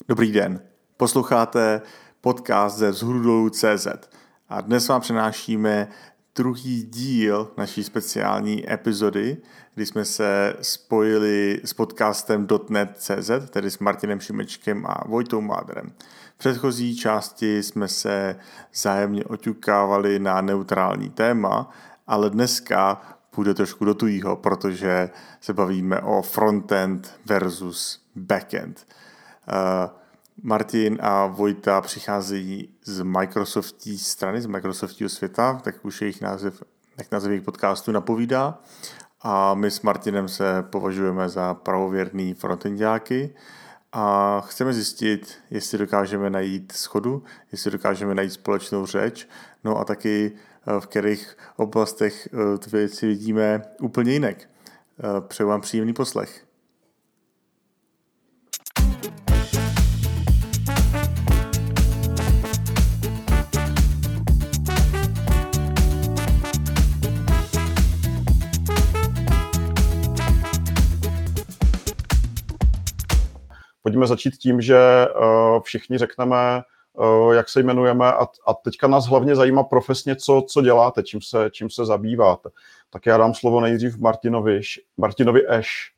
Dobrý den, posloucháte podcast ze vzhůrudolů.cz a dnes vám přenášíme druhý díl naší speciální epizody, kdy jsme se spojili s podcastem .net.cz, tedy s Martinem Šimečkem a Vojtou Mádrem. V předchozí části jsme se vzájemně oťukávali na neutrální téma, ale dneska půjde trošku do tujího, protože se bavíme o frontend versus backend. Martin a Vojta přicházejí z Microsoftí strany, z Microsoftího světa, tak už jejich název, jak název jejich podcastu napovídá. A my s Martinem se považujeme za pravověrný frontendáky a chceme zjistit, jestli dokážeme najít shodu, jestli dokážeme najít společnou řeč, no a taky v kterých oblastech ty věci vidíme úplně jinak. Přeju vám příjemný poslech. Pojďme začít tím, že všichni řekneme, jak se jmenujeme a teďka nás hlavně zajímá profesně, co děláte, čím se zabýváte. Tak já dám slovo nejdřív Martinovi Eš.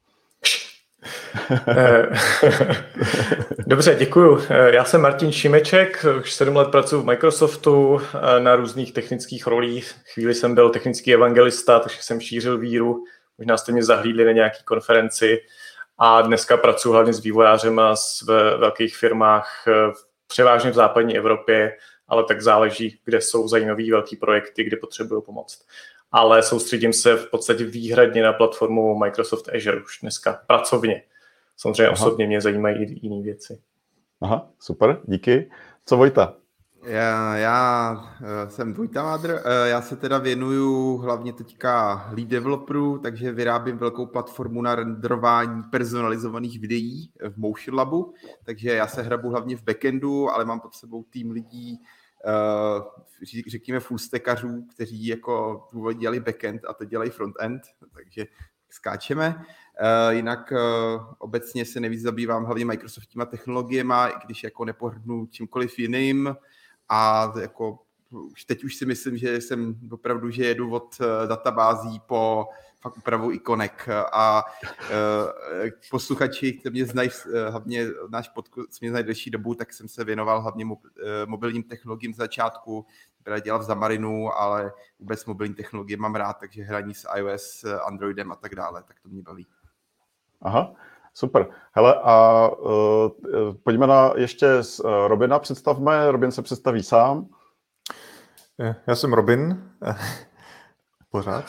Dobře, děkuju. Já jsem Martin Šimeček, už 7 let pracuji v Microsoftu na různých technických rolích. Chvíli jsem byl technický evangelista, takže jsem šířil víru. Možná jste mě zahlídli na nějaké konferenci. A dneska pracuji hlavně s vývojářema ve velkých firmách, převážně v západní Evropě, ale tak záleží, kde jsou zajímavé velké projekty, kde potřebuju pomoct. Ale soustředím se v podstatě výhradně na platformu Microsoft Azure už dneska pracovně. Samozřejmě osobně mě zajímají i jiné věci. Aha, super, díky. Co Vojta? Já jsem Vojta Mádr, já se teda věnuju hlavně teďka lead developeru, takže vyrábím velkou platformu na renderování personalizovaných videí v Motion Labu, takže já se hrabu hlavně v backendu, ale mám pod sebou tým lidí, řekněme fullstackařů, kteří jako původně dělali backend a teď dělají frontend, takže skáčeme. Jinak obecně se nejvíc zabývám hlavně Microsoftíma technologiemi, i když jako nepohrdnu čímkoliv jiným. A jako teď už si myslím, že jsem opravdu, že jedu od databází po fakt úpravu ikonek a posluchači, kteří mě znají, hlavně náš podcast mě znají delší dobu, tak jsem se věnoval hlavně mobilním technologiím z začátku, která dělal v Xamarinu, ale vůbec mobilní technologie mám rád, takže hraní s iOS, Androidem a tak dále, tak to mě baví. Aha, super. Hele, a pojďme na ještě Robina představme. Robin se představí sám. Já jsem Robin. Pořád.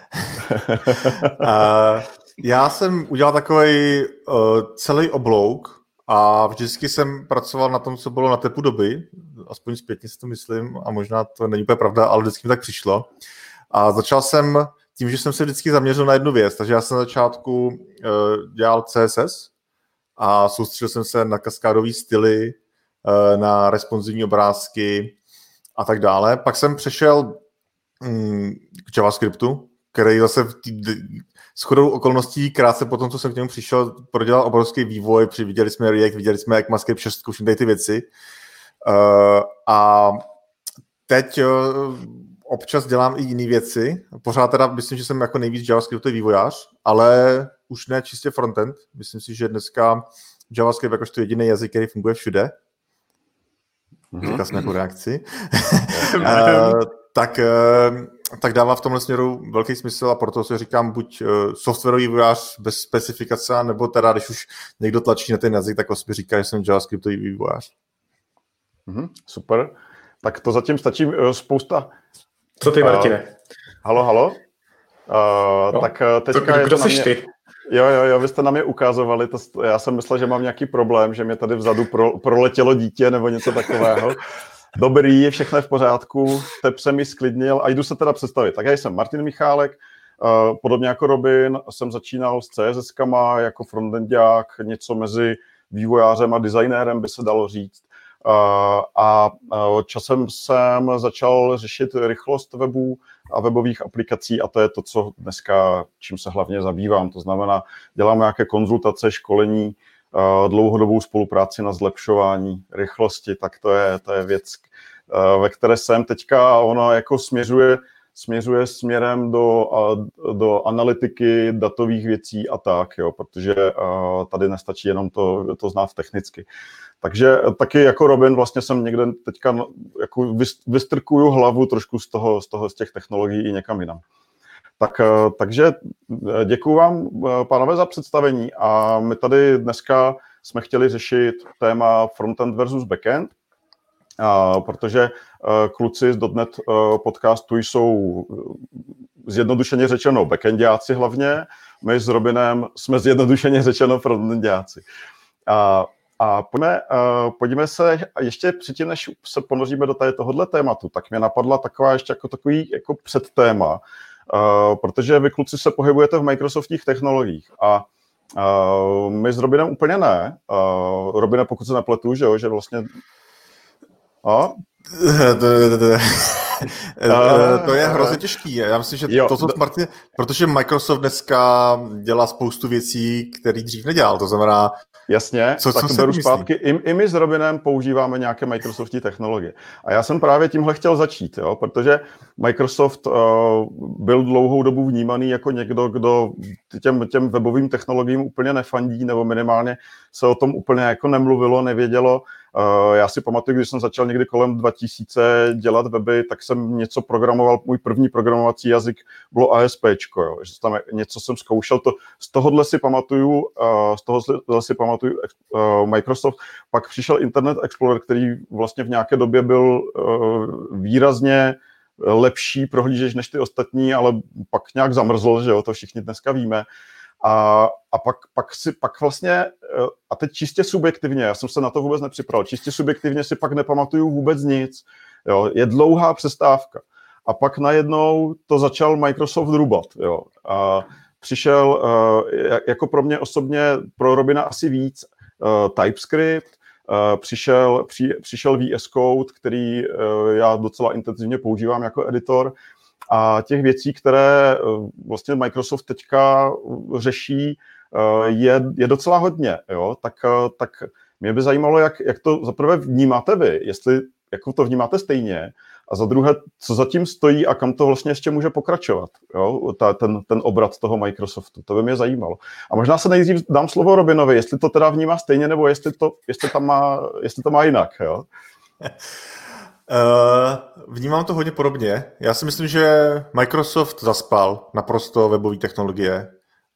Já jsem udělal takový celý oblouk a vždycky jsem pracoval na tom, co bylo na tepu doby. Aspoň zpětně si to myslím a možná to není úplně pravda, ale vždycky mi tak přišlo. A začal jsem tím, že jsem se vždycky zaměřil na jednu věc, takže já jsem na začátku dělal CSS a soustředil jsem se na kaskádové styly, na responsivní obrázky a tak dále. Pak jsem přešel k JavaScriptu, který zase shodou okolností krátce po tom, co jsem k němu přišel, prodělal obrovský vývoj, viděli jsme React, viděli jsme ECMAScript 6, všechny ty věci. A teď občas dělám i jiné věci. Pořád teda myslím, že jsem jako nejvíc JavaScriptový vývojář, ale už ne čistě frontend. Myslím si, že dneska JavaScript jakožto jediný jazyk, který funguje všude. Říkal jsem jako reakci. Tak dává v tomhle směru velký smysl a proto si říkám buď softwarový vývojář bez specifikace, nebo teda, když už někdo tlačí na ten jazyk, tak o sobě říká, že jsem JavaScriptový vývojář. Super. Tak to zatím stačí spousta. Co ty, Martine? Halo? Tak teďka kdo jsi ty? Jo, vy jste na mě ukázovali, já jsem myslel, že mám nějaký problém, že mě tady vzadu proletělo dítě nebo něco takového. Dobrý, je všechno v pořádku, tep se mi sklidnil a jdu se teda představit. Tak já jsem Martin Michálek, podobně jako Robin, jsem začínal s CSS-kama jako frontendák, něco mezi vývojářem a designérem by se dalo říct. A časem jsem začal řešit rychlost webů a webových aplikací a to je to, co dneska, čím se hlavně zabývám. To znamená, dělám nějaké konzultace, školení dlouhodobou spolupráci na zlepšování rychlosti, tak to je věc, ve které jsem teďka, ona jako směřuje směrem do analytiky datových věcí a tak, jo, protože tady nestačí jenom to znát technicky. Takže taky jako Robin vlastně jsem někde teďka jako vystrkuju hlavu trošku z těch technologií i někam jinam. Takže děkuju vám, pánové, za představení a my tady dneska jsme chtěli řešit téma frontend versus backend, protože kluci z .NET podcastu jsou zjednodušeně řečeno backendiáci hlavně, my s Robinem jsme zjednodušeně řečeno frontendiáci. A pojďme se, ještě předtím, než se ponoříme do tohohle tématu, tak mě napadla taková ještě jako takový jako předtéma, protože vy kluci se pohybujete v Microsoftních technologiích a my s Robinem úplně ne. Robine, pokud se nepletu, že vlastně... To je hrozně těžký. Já myslím, že to, co Martin, protože Microsoft dneska dělá spoustu věcí, které dřív nedělal, to znamená... Jasně, tak to beru zpátky. I my s Robinem používáme nějaké Microsoftní technologie. A já jsem právě tímhle chtěl začít, jo, protože Microsoft byl dlouhou dobu vnímaný jako někdo, kdo těm webovým technologiím úplně nefandí, nebo minimálně se o tom úplně jako nemluvilo, nevědělo. Já si pamatuju, když jsem začal někdy kolem 2000 dělat weby, tak jsem něco programoval, můj první programovací jazyk bylo ASPčko, jo, že tam něco jsem zkoušel, z tohohle si pamatuju Microsoft, pak přišel Internet Explorer, který vlastně v nějaké době byl výrazně lepší prohlížeč než ty ostatní, ale pak nějak zamrzl, že jo, to všichni dneska víme. A pak vlastně, a teď čistě subjektivně, já jsem se na to vůbec nepřipravil, čistě subjektivně si pak nepamatuju vůbec nic, jo, je dlouhá přestávka. A pak najednou to začal Microsoft rubat, jo. A přišel, jako pro mě osobně, pro Robina asi víc, TypeScript, přišel VS Code, který já docela intenzivně používám jako editor, a těch věcí, které vlastně Microsoft teďka řeší, je docela hodně. Jo? Tak mě by zajímalo, jak to zaprvé vnímáte vy, jestli jako to vnímáte stejně, a za druhé, co zatím stojí a kam to vlastně ještě může pokračovat, jo? Ten obrat toho Microsoftu. To by mě zajímalo. A možná se nejdřív dám slovo Robinovi, jestli to teda vnímá stejně, nebo jestli to má jinak. Jo? Vnímám to hodně podobně. Já si myslím, že Microsoft zaspal naprosto webové technologie.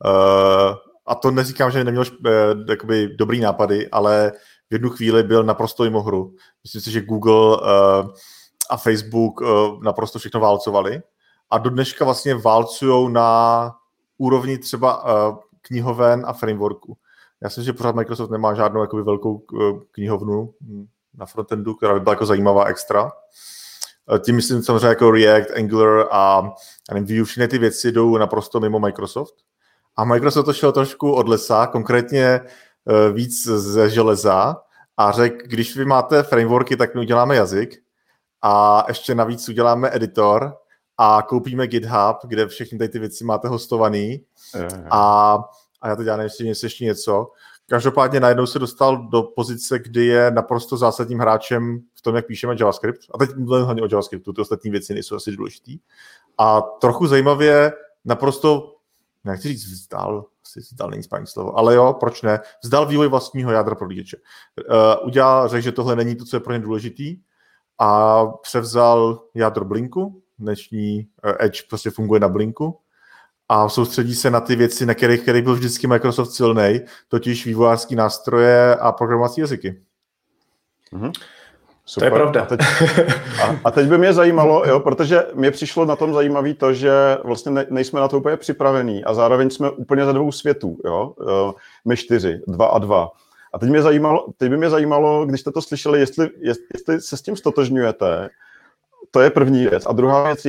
A to neříkám, že neměl jakoby dobrý nápady, ale v jednu chvíli byl naprosto mimo hru. Myslím si, že Google a Facebook naprosto všechno válcovali. A do dneška vlastně válcujou na úrovni třeba knihoven a frameworku. Já si myslím, že pořád Microsoft nemá žádnou jakoby velkou knihovnu na frontendu, která by byla jako zajímavá extra. Tím myslím samozřejmě jako React, Angular a Vue, všechny ty věci jdou naprosto mimo Microsoft. A Microsoft to šel trošku od lesa, konkrétně víc ze železa a řekl, když vy máte frameworky, tak my uděláme jazyk a ještě navíc uděláme editor a koupíme GitHub, kde všechny ty věci máte hostovaný a já teď nevím, jestli ještě něco. Každopádně najednou se dostal do pozice, kdy je naprosto zásadním hráčem v tom, jak píšeme JavaScript. A teď mluvím hlavně o JavaScriptu, ty ostatní věci nejsou asi důležitý. A trochu zajímavě naprosto, nechci říct vzdal není správné slovo, ale jo, proč ne, vzdal vývoj vlastního jádra prohlížeče. Řekl, že tohle není to, co je pro ně důležitý a převzal jádro Blinku, dnešní Edge prostě funguje na Blinku, a soustředí se na ty věci, na kterých byl vždycky Microsoft silnej, totiž vývojářský nástroje a programovací jazyky. Mm-hmm. Super. To je pravda. A teď by mě zajímalo, jo, protože mě přišlo na tom zajímavé to, že vlastně nejsme na to úplně připravení a zároveň jsme úplně ze dvou světů, jo, my 4, 2 a 2. A teď by mě zajímalo, když jste to slyšeli, jestli se s tím stotožňujete, to je první věc. A druhá věc,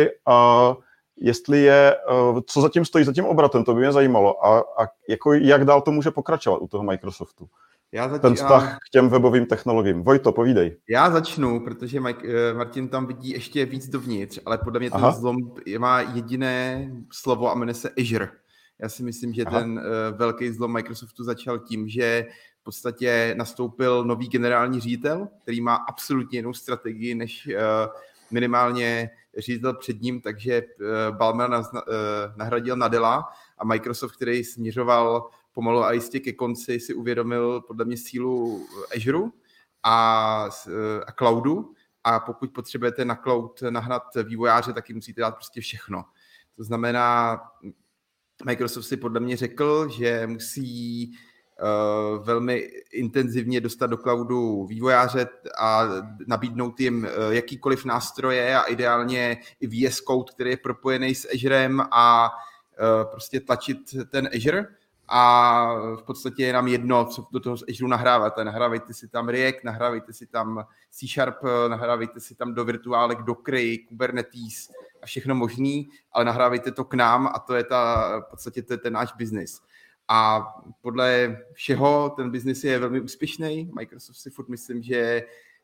jestli je, co zatím stojí za tím obratem, to by mě zajímalo. A jako jak dál to může pokračovat u toho Microsoftu? Ten vztah k těm webovým technologiím. Vojto, povídej. Já začnu, protože Martin tam vidí ještě víc dovnitř, ale podle mě ten zlom má jediné slovo a jmenuje se Azure. Já si myslím, že ten velký zlom Microsoftu začal tím, že v podstatě nastoupil nový generální ředitel, který má absolutně jinou strategii než minimálně ředitel před ním, takže Ballmera nahradil Nadella a Microsoft, který směřoval pomalu a jistě ke konci, si uvědomil podle mě sílu Azure a cloudu, a pokud potřebujete na cloud nahnat vývojáře, tak jim musíte dát prostě všechno. To znamená, Microsoft si podle mě řekl, že musí velmi intenzivně dostat do cloudu vývojáře a nabídnout jim jakýkoliv nástroje a ideálně i VS Code, který je propojený s Azurem, a prostě tlačit ten Azure. A v podstatě je nám jedno, co do toho Azure nahráváte. Nahrávejte si tam React, nahrávejte si tam C#, nahrávejte si tam do virtuálek Dockery, Kubernetes a všechno možný, ale nahrávejte to k nám a to je v podstatě to je ten náš biznis. A podle všeho ten biznis je velmi úspěšný. Microsoft si furt myslím, že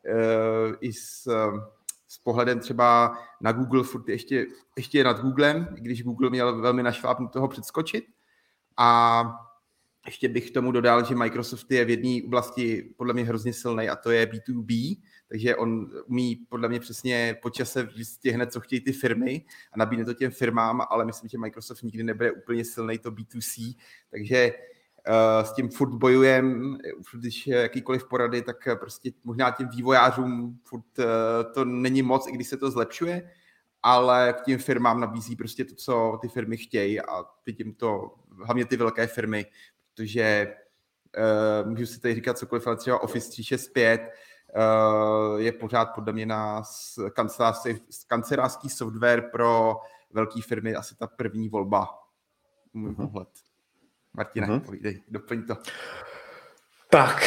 i s pohledem třeba na Google furt ještě je nad Googlem, i když Google měl velmi našlápnout toho předskočit. A ještě bych k tomu dodal, že Microsoft je v jedné oblasti podle mě hrozně silný, a to je B2B, takže on umí podle mě přesně po čase vystihnout, co chtějí ty firmy a nabídne to těm firmám, ale myslím, že Microsoft nikdy nebude úplně silný to B2C, takže s tím furt bojujem, když jakýkoliv porady, tak prostě možná těm vývojářům furt to není moc, i když se to zlepšuje, ale k těm firmám nabízí prostě to, co ty firmy chtějí, a vidím to hlavně ty velké firmy, protože můžu si tady říkat cokoliv, ale třeba Office 365 je pořád podle mě na kancelářský software pro velké firmy asi ta první volba. Můj pohled. Martine, povídej, doplň to. Tak.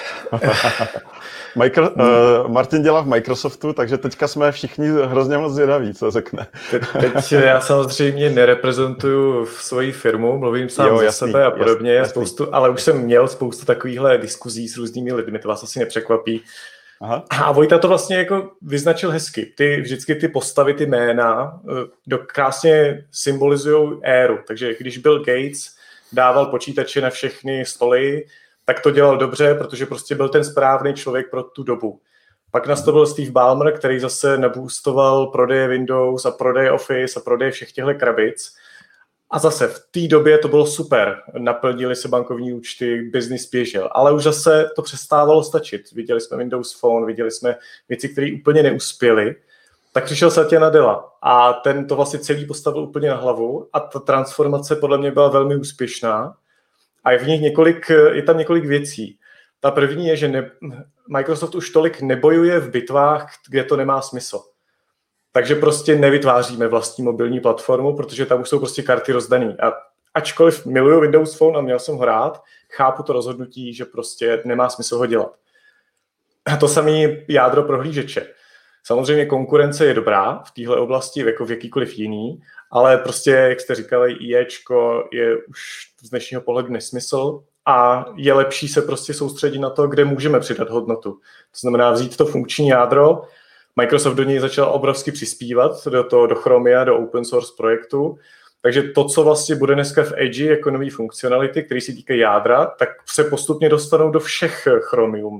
Martin dělá v Microsoftu, takže teďka jsme všichni hrozně moc zvědaví, co řekne. Teď já samozřejmě nereprezentuju svoji firmu, mluvím sám za sebe a podobně, jasný. Ale už jsem měl spoustu takovýchhle diskuzí s různými lidmi, to vás asi nepřekvapí. Aha. A Vojta to vlastně jako vyznačil hezky. Vždycky ty postavy, ty jména krásně symbolizují éru. Takže když Bill Gates dával počítače na všechny stoly, tak to dělal dobře, protože prostě byl ten správný člověk pro tu dobu. Pak nastavil Steve Ballmer, který zase naboostoval prodeje Windows a prodeje Office a prodeje všech těchto krabic. A zase v té době to bylo super. Naplnili se bankovní účty, biznis běžel. Ale už zase to přestávalo stačit. Viděli jsme Windows Phone, viděli jsme věci, které úplně neuspěly. Tak přišel Satya Nadella a ten to vlastně celý postavil úplně na hlavu a ta transformace podle mě byla velmi úspěšná. A je tam několik věcí. Ta první je, že Microsoft už tolik nebojuje v bitvách, kde to nemá smysl. Takže prostě nevytváříme vlastní mobilní platformu, protože tam už jsou prostě karty rozdaný. A ačkoliv miluju Windows Phone a měl jsem ho rád, chápu to rozhodnutí, že prostě nemá smysl ho dělat. A to samé jádro prohlížeče. Samozřejmě konkurence je dobrá v téhle oblasti, jako v jakýkoliv jiný, ale prostě, jak jste říkali, IEčko je už z dnešního pohledu nesmysl a je lepší se prostě soustředit na to, kde můžeme přidat hodnotu. To znamená vzít to funkční jádro. Microsoft do něj začal obrovsky přispívat do Chromia, do open source projektu. Takže to, co vlastně bude dneska v Edge jako nový funkcionality, které se týkají jádra, tak se postupně dostanou do všech Chromium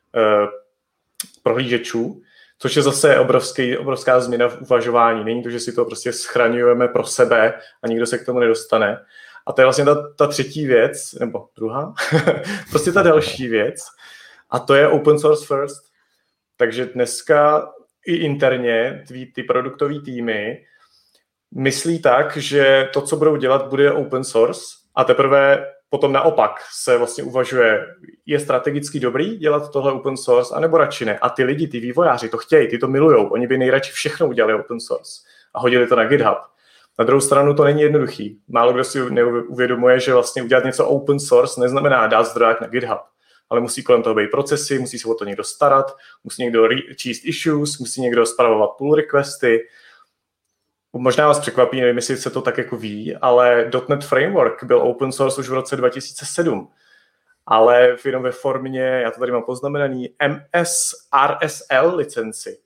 prohlížečů, což je zase obrovská změna v uvažování. Není to, že si to prostě schraňujeme pro sebe a nikdo se k tomu nedostane. A to je vlastně ta třetí věc, nebo druhá, prostě ta další věc, a to je open source first. Takže dneska i interně ty produktové týmy myslí tak, že to, co budou dělat, bude open source a teprve potom naopak se vlastně uvažuje, je strategicky dobrý dělat tohle open source, anebo radši ne. A ty lidi, ty vývojáři to chtějí, ty to milujou, oni by nejradši všechno udělali open source a hodili to na GitHub. Na druhou stranu to není jednoduchý. Málo kdo si neuvědomuje, že vlastně udělat něco open source neznamená dát zdroják na GitHub, ale musí kolem toho být procesy, musí se o to někdo starat, musí někdo číst issues, musí někdo spravovat pull requesty. Možná vás překvapí, nevím, jestli se to tak jako ví, ale .NET Framework byl open source už v roce 2007, ale jenom ve formě, já to tady mám poznamenaný, MS RSL licenci,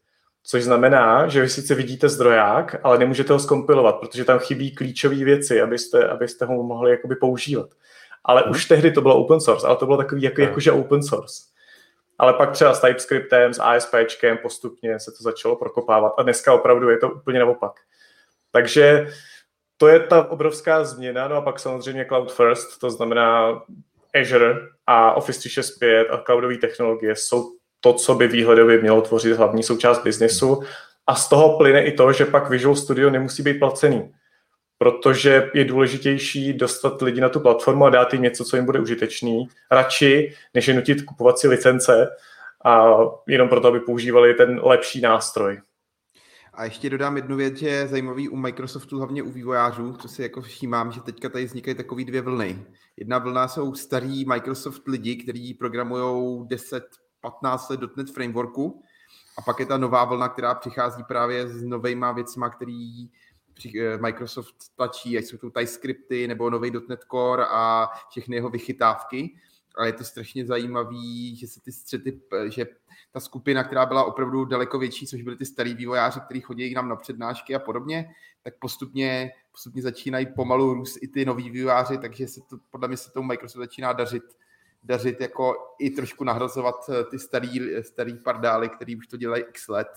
Což znamená, že vy sice vidíte zdroják, ale nemůžete ho zkompilovat, protože tam chybí klíčové věci, abyste ho mohli jakoby používat. Ale už tehdy to bylo open source, ale to bylo takový jakože open source. Ale pak třeba s TypeScriptem, s ASPčkem postupně se to začalo prokopávat a dneska opravdu je to úplně naopak. Takže to je ta obrovská změna, no a pak samozřejmě Cloud First, to znamená Azure a Office 365 a cloudové technologie jsou to, co by výhledově mělo tvořit hlavní součást biznesu a z toho plyne i to, že pak Visual Studio nemusí být placený, protože je důležitější dostat lidi na tu platformu a dát jim něco, co jim bude užitečný, radši, než je nutit kupovat si licence a jenom proto, aby používali ten lepší nástroj. A ještě dodám jednu věc, že je zajímavý u Microsoftu, hlavně u vývojářů, co si jako všímám, že teďka tady vznikají takový dvě vlny. Jedna vlna jsou starý Microsoft lidi, kteří programujou 10-15 let .NET frameworku a pak je ta nová vlna, která přichází právě s novejma věcma, který Microsoft tlačí, ať jsou to TypeScripty nebo nový .NET Core a všechny jeho vychytávky. A je to strašně zajímavý, že se ty střety, že ta skupina, která byla opravdu daleko větší, což byli ty starý vývojáři, kteří chodí k nám na přednášky a podobně, tak postupně začínají pomalu růst i ty noví vývojáři, takže se to, podle mě se tomu Microsoft začíná dařit jako i trošku nahrazovat ty starý pardály, který už to dělají x let.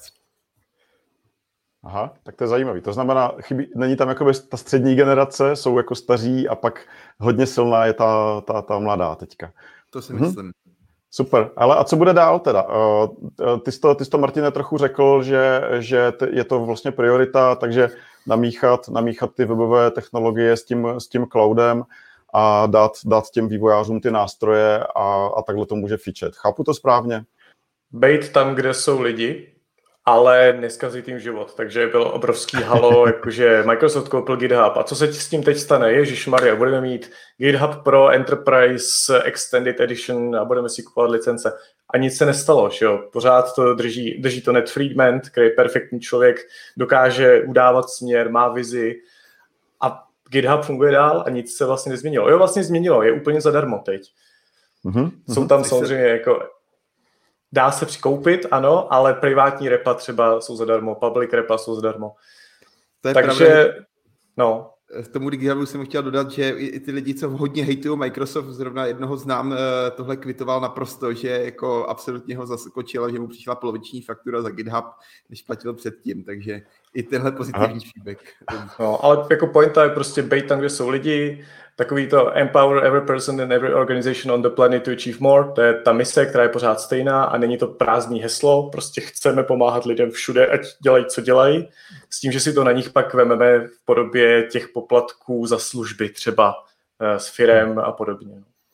Aha, tak to je zajímavý. To znamená, není tam jakoby ta střední generace, jsou jako staří a pak hodně silná je ta mladá teďka. To si myslím. Super, ale a co bude dál teda? Ty jsi to, Martine, trochu řekl, že je to vlastně priorita, takže namíchat ty webové technologie s tím cloudem a dát těm vývojářům ty nástroje a takhle to může fičet. Chápu to správně? Bejt tam, kde jsou lidi, ale neskazit jim život. Takže bylo obrovský halo, jakože Microsoft koupil GitHub. A co se s tím teď stane? Ježišmarja, budeme mít GitHub Pro Enterprise Extended Edition a budeme si kupovat licence. A nic se nestalo, že jo? Pořád to drží to Ned Friedman, který je perfektní člověk, dokáže udávat směr, má vizi a GitHub funguje dál a nic se vlastně nezměnilo. Jo, vlastně změnilo, je úplně zadarmo teď. Jsou tam samozřejmě jako... Dá se přikoupit, ano, ale privátní repa třeba jsou zadarmo, public repa jsou zadarmo. Takže, pravda, no. K tomu GitHubu jsem chtěl dodat, že i ty lidi, co hodně hejtují Microsoft, zrovna jednoho znám, tohle kvitoval naprosto, že jako absolutně ho zaskočilo, že mu přišla poloviční faktura za GitHub, než platil předtím, takže i tenhle pozitivní feedback. No, ale jako pointa je prostě být tam, kde jsou lidi, takový to empower every person and every organization on the planet to achieve more, to je ta mise, která je pořád stejná a není to prázdný heslo, prostě chceme pomáhat lidem všude, ať dělají, co dělají, s tím, že si to na nich pak vememe v podobě těch poplatků za služby, třeba s firem a podobně.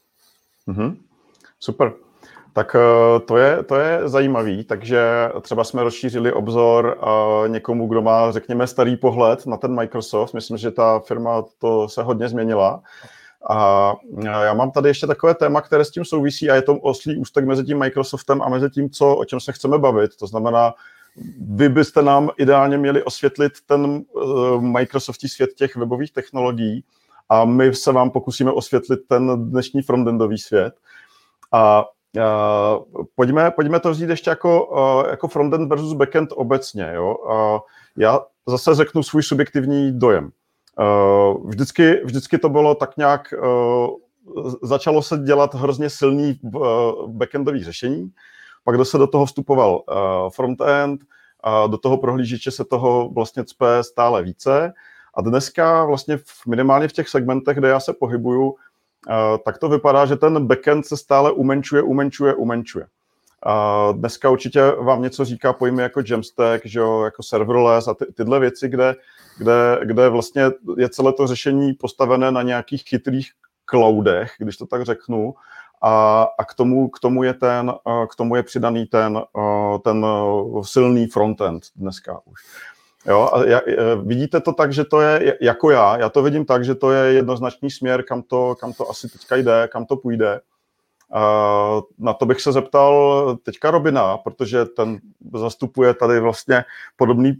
Super. Tak to je zajímavý, takže třeba jsme rozšířili obzor někomu, kdo má, řekněme, starý pohled na ten Microsoft. Myslím, že ta firma to se hodně změnila. A já mám tady ještě takové téma, které s tím souvisí a je to oslí ústek mezi tím Microsoftem a mezi tím, o čem se chceme bavit. To znamená, vy byste nám ideálně měli osvětlit ten Microsoftí svět těch webových technologií a my se vám pokusíme osvětlit ten dnešní frontendový svět. A pojďme to vzít ještě jako frontend versus backend obecně. Jo? Já zase řeknu svůj subjektivní dojem. Vždycky to bylo tak nějak, začalo se dělat hrozně silný backendový řešení, pak se do toho vstupoval frontend, a do toho prohlížeče se toho vlastně cpe stále více a dneska vlastně minimálně v těch segmentech, kde já se pohybuju, tak to vypadá, že ten backend se stále umenšuje. Dneska určitě vám něco říká pojmy jako Jamstack, že jo, jako serverless a tyhle věci, kde vlastně je celé to řešení postavené na nějakých chytrých cloudech, když to tak řeknu, a k tomu je přidaný ten silný frontend dneska už. Jo, a vidíte to tak, že to je jako já to vidím tak, že to je jednoznačný směr, kam to asi teďka jde, kam to půjde. Na to bych se zeptal teďka Robina, protože ten zastupuje tady vlastně podobný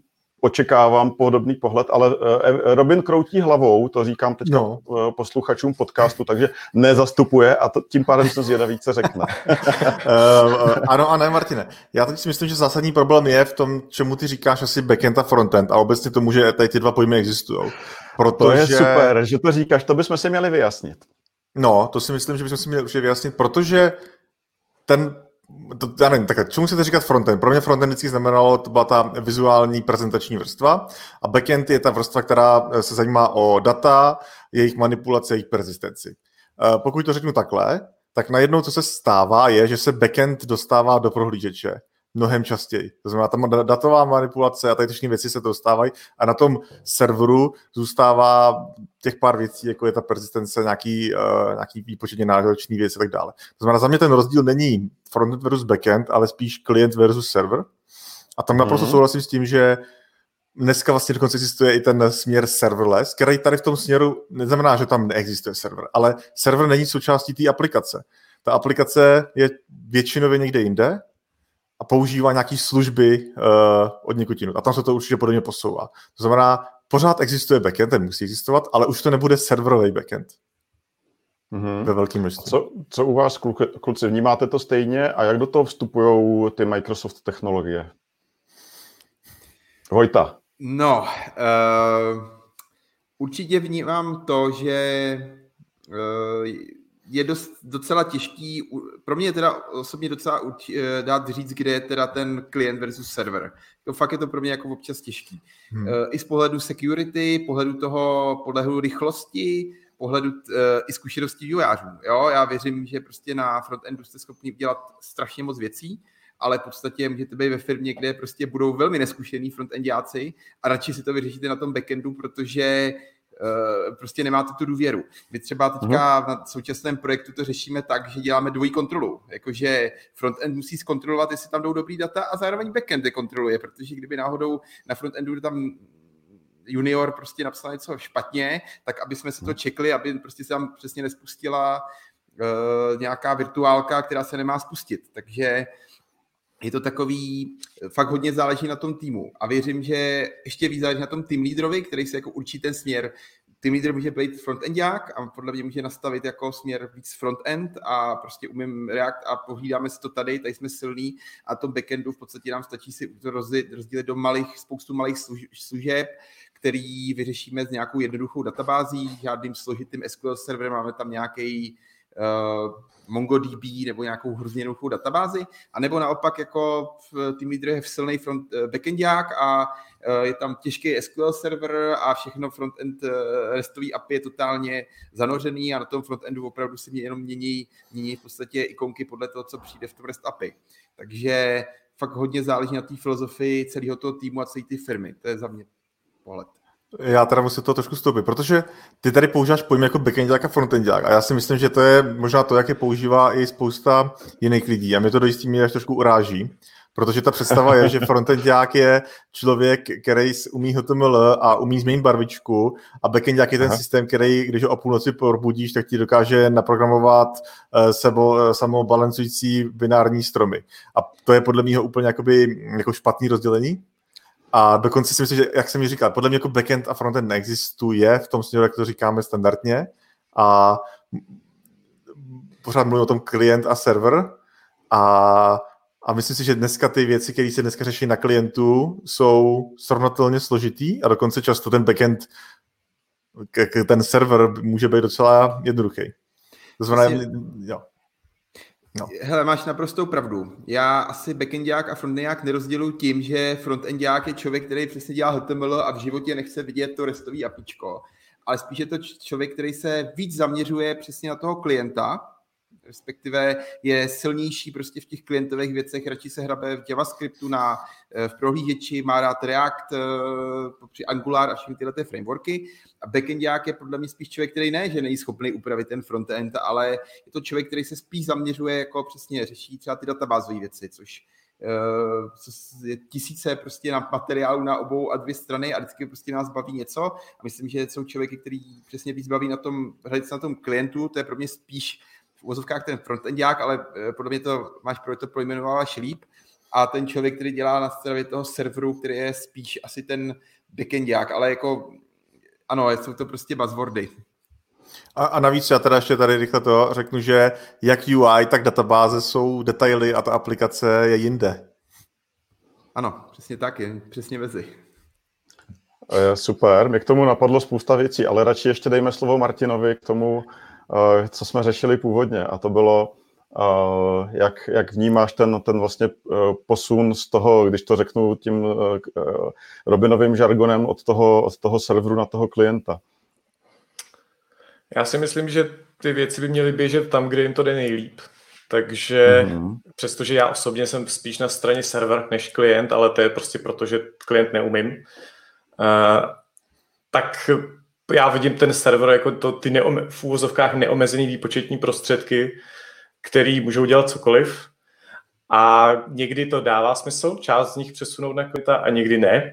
očekávám podobný pohled, ale Robin kroutí hlavou, to říkám teď posluchačům podcastu, takže nezastupuje a tím pádem jsem zvědavý, co řekne. Ano a ne, Martine. Já teď si myslím, že zásadní problém je v tom, čemu ty říkáš asi backend a frontend a obecně tomu, že tady ty dva pojmy existují. To je super, že to říkáš, to bychom si měli vyjasnit. No, to si myslím, že bychom si měli určitě vyjasnit, protože já nevím, tak čemu chcete říkat frontend? Pro mě frontend vždycky znamenalo, to byla ta vizuální prezentační vrstva a backend je ta vrstva, která se zajímá o data, jejich manipulaci, jejich persistenci. Pokud to řeknu takhle, tak najednou, co se stává, je, že se backend dostává do prohlížeče mnohem častěji. To znamená, tam datová manipulace a tady všechny věci se dostávají a na tom serveru zůstává těch pár věcí, jako je ta persistence, nějaký výpočetně náročný věci a tak dále. To znamená, za mě ten rozdíl není frontend versus backend, ale spíš klient versus server. A tam naprosto souhlasím s tím, že dneska vlastně dokonce existuje i ten směr serverless, který tady v tom směru neznamená, že tam neexistuje server, ale server není součástí té aplikace. Ta aplikace je většinově někde jinde a používá nějaké služby od někud jinut. A tam se to určitě podobně posouvá. To znamená, pořád existuje backend, ten musí existovat, ale už to nebude serverový backend. Ve velkém množství. Co u vás, kluci, vnímáte to stejně a jak do toho vstupují ty Microsoft technologie? Vojta. No, určitě vnímám to, že je docela těžký, pro mě je teda osobně docela dát říct, kde je teda ten klient versus server. Fakt je to pro mě jako občas těžký. I z pohledu security, pohledu rychlosti, pohledu i zkušeností vývojářů. Jo, já věřím, že prostě na frontendu jste schopni dělat strašně moc věcí, ale v podstatě můžete být ve firmě, kde prostě budou velmi neskušení frontendáci a radši si to vyřešíte na tom backendu, protože prostě nemáte tu důvěru. My třeba teďka na současném projektu to řešíme tak, že děláme dvojí kontrolu. Jakože frontend musí zkontrolovat, jestli tam jdou dobrý data a zároveň backend je kontroluje, protože kdyby náhodou na frontendu tam junior prostě napsal něco špatně, tak aby jsme se to čekli, aby prostě se tam přesně nespustila nějaká virtuálka, která se nemá spustit. Takže je to takový, fakt hodně záleží na tom týmu. A věřím, že ještě víc záleží na tom tým lídrovi, který se jako určí ten směr. Tým lídr může být frontendák a podle mě může nastavit jako směr víc frontend a prostě umím React a pohlídáme si to tady jsme silní a tom backendu v podstatě nám stačí si to rozdělit do spoustu malých služeb, který vyřešíme s nějakou jednoduchou databází, žádným složitým SQL serverem, máme tam nějaký MongoDB nebo nějakou hrozně jednoduchou databázi, anebo naopak jako tým lídr je silný backendák a je tam těžký SQL server a všechno frontend restový API je totálně zanořený a na tom frontendu opravdu se jenom mění v podstatě ikonky podle toho, co přijde v tom REST API. Takže fakt hodně záleží na té filozofii celého toho týmu a celé té firmy. To je za mě pohled. Já teda musím to trošku vstoupit, protože ty tady používáš pojem jako backendák a frontendák a já si myslím, že to je možná to, jak je používá i spousta jiných lidí a mě to do jistý míry až trošku uráží, protože ta představa je, že frontendák je člověk, který umí HTML a umí změnit barvičku a backendák je ten systém, který, když ho o půlnoci probudíš, tak ti dokáže naprogramovat samobalancující binární stromy. A to je podle mého úplně jako špatný rozdělení. A dokonce si myslím, že, jak jsem mi říkal, podle mě jako backend a frontend neexistuje v tom směru, jak to říkáme standardně. A pořád mluvím o tom klient a server. A myslím si, že dneska ty věci, které se dneska řeší na klientu, jsou srovnatelně složitý a dokonce často ten backend, ten server může být docela jednoduchý. To znamená, jo. No. Hele, máš naprostou pravdu. Já asi backendák a frontendák nerozděluji tím, že frontendák je člověk, který přesně dělá HTML a v životě nechce vidět to restový APIčko, ale spíš je to člověk, který se víc zaměřuje přesně na toho klienta, respektive je silnější prostě v těch klientových věcech, radši se hrabe v JavaScriptu v prohlížeči, má rád React, Angular a všechny tyhle frameworky. A backendák je podle mě spíš člověk, který že není schopný upravit ten frontend, ale je to člověk, který se spíš zaměřuje, jako přesně řeší třeba ty databázové věci, což je tisíce prostě na materiálu na obou a dvě strany a vždycky prostě nás baví něco. A myslím, že jsou člověky, který přesně víc baví na tom klientu, to je pro mě spíš v uvozovkách ten frontendák, ale podle mě to máš to pojmenováváš líp. a ten člověk, který dělá na straně toho serveru, který je spíš asi ten backendák, ale jako ano, jsou to prostě buzzwordy. A navíc já teda ještě tady rychle to řeknu, že jak UI, tak databáze jsou detaily a ta aplikace je jinde. Ano, přesně tak, je přesně mezi. Super, mě k tomu napadlo spousta věcí, ale radši ještě dejme slovo Martinovi k tomu, co jsme řešili původně, a to bylo, jak vnímáš ten vlastně posun z toho, když to řeknu tím Robinovým žargonem, od toho serveru na toho klienta. Já si myslím, že ty věci by měly běžet tam, kde jim to jde nejlíp. Takže přestože já osobně jsem spíš na straně server než klient, ale to je prostě proto, že klient neumím, tak já vidím ten server jako ty v úvozovkách neomezený výpočetní prostředky, který můžou dělat cokoliv, a někdy to dává smysl, část z nich přesunout na klienta a někdy ne.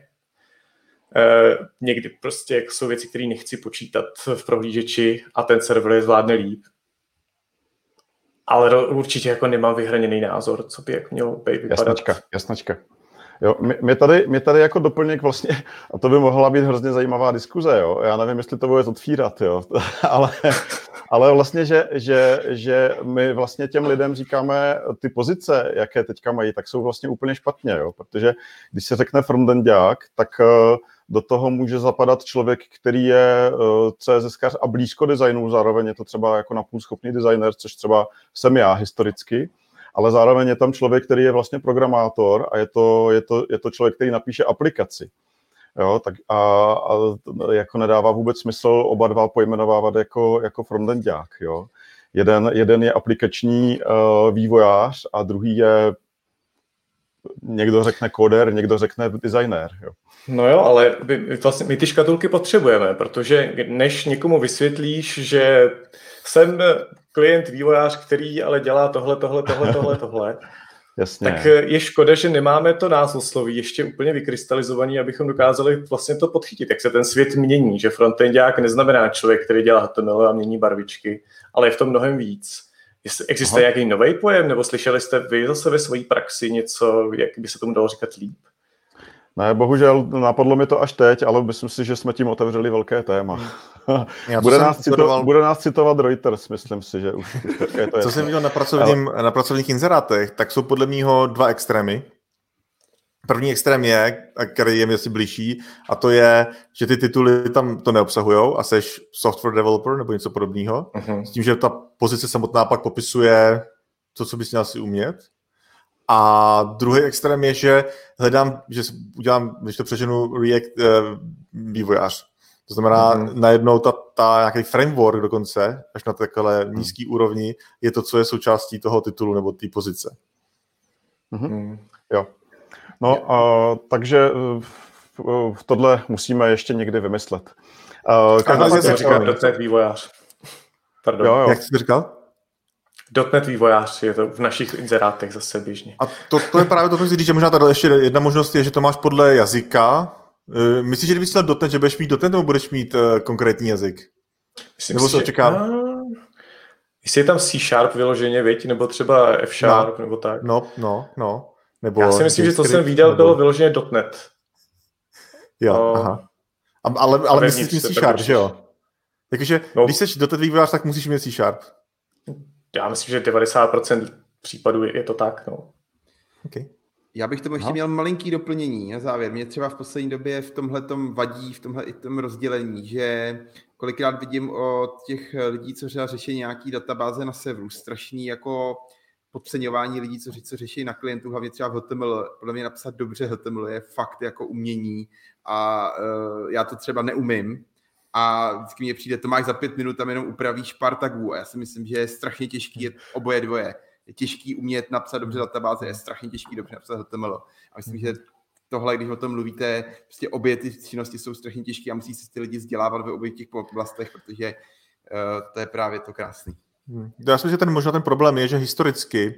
Někdy prostě jako jsou věci, které nechci počítat v prohlížeči a ten server je zvládne líp. Ale určitě jako nemám vyhraněný názor, co by jak mělo vypadat. Jasnačka. Jo, mě tady jako doplněk vlastně, a to by mohla být hrozně zajímavá diskuze, jo. Já nevím, jestli to bude otvírat, jo. ale vlastně, že my vlastně těm lidem říkáme, ty pozice, jaké teďka mají, tak jsou vlastně úplně špatně, jo. Protože když se řekne frontendák, tak do toho může zapadat člověk, který je CSSkař a blízko designu, zároveň je to třeba jako napůl schopný designer, což třeba jsem já historicky, ale zároveň je tam člověk, který je vlastně programátor a je to člověk, který napíše aplikaci. Jo, tak a jako nedává vůbec smysl oba dva pojmenovávat jako frontendák. Jo. Jeden je aplikační vývojář a druhý je, někdo řekne kóder, někdo řekne designér. Jo. No jo, ale my ty škatulky potřebujeme, protože než někomu vysvětlíš, že jsem klient vývojář, který ale dělá tohle, Jasně. Tak je škoda, že nemáme to názvosloví ještě úplně vykrystalizovaný, abychom dokázali vlastně to podchytit, jak se ten svět mění, že frontendák neznamená člověk, který dělá HTML a mění barvičky, ale je v tom mnohem víc. Existuje nějaký nový pojem, nebo slyšeli jste vy zase ve své praxi něco, jak by se tomu dalo říkat líp? Ne, bohužel napadlo mi to až teď, ale myslím si, že jsme tím otevřeli velké téma. Bude nás citovat Reuters, myslím si, že už je to. Co jsem viděl na pracovních inzerátech, tak jsou podle mého dva extrémy. První extrém je, který je mi asi blížší, a to je, že ty tituly tam to neobsahujou a seš software developer nebo něco podobného. S tím, že ta pozice samotná pak popisuje to, co bys měl asi umět. A druhý extrém je, že hledám, že udělám, když to přeženu, React vývojář. To znamená, najednou ta nějaký framework dokonce, až na takové nízký úrovni, je to, co je součástí toho titulu nebo té pozice. Jo. No, takže tohle musíme ještě někdy vymyslet. Každá se říká .NET vývojář. Pardon. Jo. Jak jsi říkal? .NET vývojář, je to v našich inzerátech zase běžně. A to je právě to, co chci říct, že možná tady ještě jedna možnost je, že to máš podle jazyka. Myslíš, že kdybys chtěl .NET, že budeš mít .NET, nebo budeš mít konkrétní jazyk? Myslím nebo si, to čeká? Jestli je tam C# vyloženě, věď, nebo třeba F#, nebo tak. No. Nebo já si myslím, že to jsem viděl, bylo vyloženě .NET. Jo, aha. Ale myslíš mi C#, že jo? Takže když jsi .NET vývojář, tak musíš mít C#. Já myslím, že 90% případů je to tak, no. Okay. Já bych tomu ještě měl malinký doplnění na závěr. Mě třeba v poslední době v tomhletom vadí, v tomhle i tom rozdělení, že kolikrát vidím od těch lidí, co řeší nějaký databáze na serveru, strašný jako podceňování lidí, co řeší na klientu, hlavně třeba v HTML. Podle mě napsat dobře HTML je fakt jako umění a já to třeba neumím. A vždycky mně přijde, to máš za 5 minut, tam jenom upravíš pár tagů. A já si myslím, že je strašně těžký oboje dvoje. Je těžký umět napsat dobře databáze, je strašně těžký dobře napsat HTML. A myslím, že tohle, když o tom mluvíte, prostě obě ty činnosti jsou strašně těžké a musí se ty lidi vzdělávat ve obou těch oblastech, protože to je právě to krásný. Já si myslím, že možná ten problém je, že historicky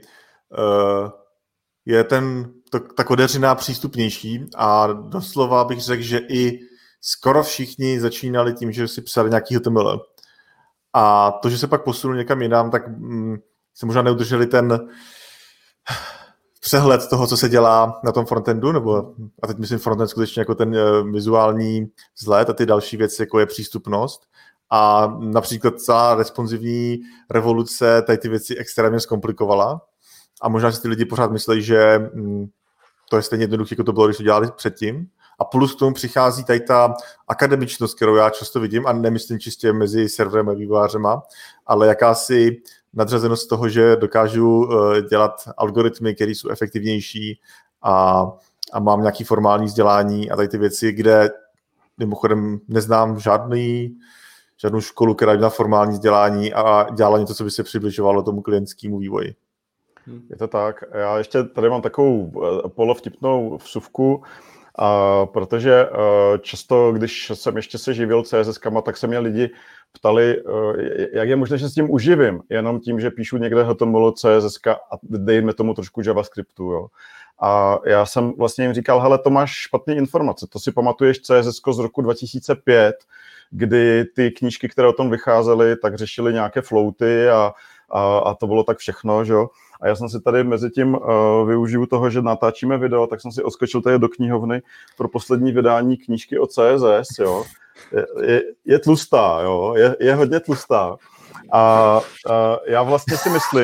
je ta kodeřina přístupnější a doslova bych řekl, že i skoro všichni začínali tím, že si psali nějaký HTML. A to, že se pak posunul někam jinam, tak se možná neudrželi přehled toho, co se dělá na tom frontendu, nebo, a teď myslím frontend skutečně jako ten vizuální vzhled a ty další věci, jako je přístupnost. A například celá responsivní revoluce tady ty věci extrémně zkomplikovala. A možná si ty lidi pořád myslí, že to je stejně jednoduché, jako to bylo, když to dělali předtím. A plus k tomu přichází tady ta akademičnost, kterou já často vidím, a nemyslím čistě mezi serverem a vývojářema, ale jakási nadřazenost toho, že dokážu dělat algoritmy, které jsou efektivnější a mám nějaký formální vzdělání a tady ty věci, kde mimochodem neznám žádnou školu, která měla formální vzdělání a dělala něco, co by se přibližovalo tomu klientskému vývoji. Je to tak. Já ještě tady mám takovou polovtipnou vsuvku, protože často, když jsem ještě se živil CSS-kama, tak se mě lidi ptali, jak je možné, že s tím uživím, jenom tím, že píšu někde HTML, CSS a dejme tomu trošku JavaScriptu. Jo. A já jsem vlastně jim říkal, hele, to máš špatné informace, to si pamatuješ CSS z roku 2005, kdy ty knížky, které o tom vycházely, tak řešily nějaké floaty a to bylo tak všechno, že jo. A já jsem si tady mezi tím využiju toho, že natáčíme video, tak jsem si odskočil tady do knihovny pro poslední vydání knížky o CSS, jo. Je tlustá, jo, je hodně tlustá. A já vlastně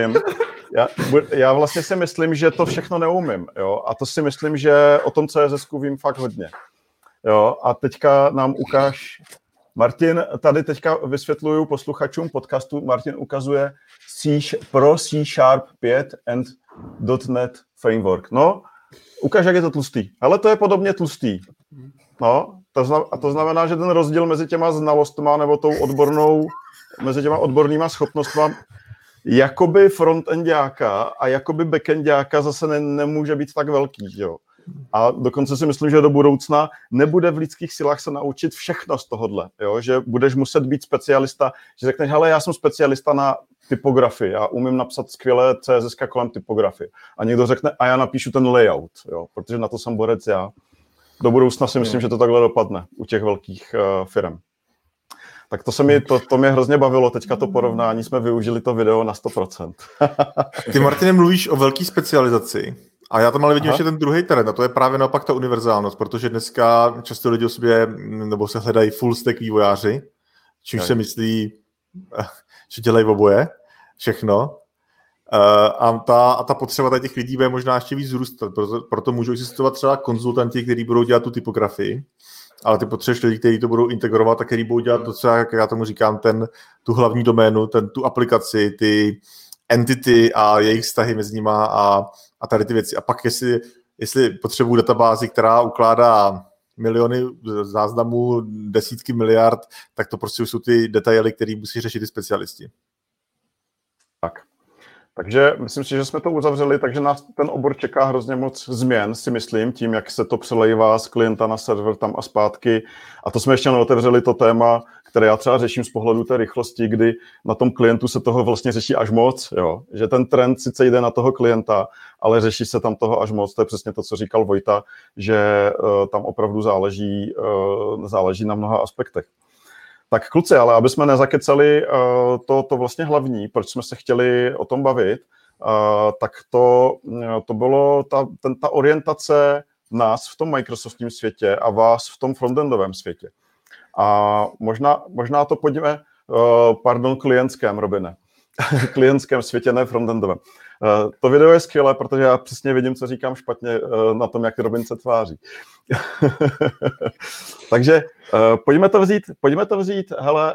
si myslím, že to všechno neumím, jo. A to si myslím, že o tom CSSku vím fakt hodně. Jo, a teďka nám ukáž Martin, tady teďka vysvětluju posluchačům podcastu, Martin ukazuje pro C# 5 and .NET Framework. No, ukáž, jak je to tlustý. Ale to je podobně tlustý. No, to znamená, že ten rozdíl mezi těma znalostma nebo mezi těma odbornýma schopnostma jakoby frontendáka a jakoby backendáka zase nemůže být tak velký, jo. A dokonce si myslím, že do budoucna nebude v lidských silách se naučit všechno z tohohle, jo? Že budeš muset být specialista, že řekneš, hele, já jsem specialista na typografii, já umím napsat skvělé CSS kolem typografie. A někdo řekne, a já napíšu ten layout, jo? Protože na to jsem borec já. Do budoucna si myslím, že to takhle dopadne u těch velkých firm. Tak to mě hrozně bavilo, teďka to porovnání, jsme využili to video na 100%. Ty, Martine, mluvíš o velké specializaci. A já tam ale vidím ještě ten druhý trend, a to je právě naopak ta univerzálnost, protože dneska často lidi o sobě, nebo se hledají full stack vývojáři, čímž se myslí, že dělají oboje, všechno. A ta potřeba těch lidí bude možná ještě víc zrůstat, proto můžou existovat třeba konzultanti, kteří budou dělat tu typografii, ale ty potřebuješ lidi, kteří to budou integrovat a kteří budou dělat to, co jak já tomu říkám, tu hlavní doménu, tu aplikaci, ty entity a jejich vztahy mezi nima a tady ty věci. A pak, jestli potřebuji databázi, která ukládá miliony záznamů, desítky miliard, tak to prostě jsou ty detaily, které musí řešit ty specialisti. Tak. Takže myslím si, že jsme to uzavřeli, takže nás ten obor čeká hrozně moc změn, si myslím, tím, jak se to přelejvá z klienta na server tam a zpátky. A to jsme ještě neotevřeli to téma, které já třeba řeším z pohledu té rychlosti, kdy na tom klientu se toho vlastně řeší až moc, jo? Že ten trend sice jde na toho klienta, ale řeší se tam toho až moc. To je přesně to, co říkal Vojta, že tam opravdu záleží na mnoha aspektech. Tak kluci, ale aby jsme nezakecali to vlastně hlavní, proč jsme se chtěli o tom bavit, tak to bylo ta orientace nás v tom Microsoftním světě a vás v tom frontendovém světě. A možná to pojďme, klientském, Robine. Klientském světě, ne frontendovém. To video je skvělé, protože já přesně vidím, co říkám špatně na tom, jak Robin se tváří. Takže pojďme to vzít, hele,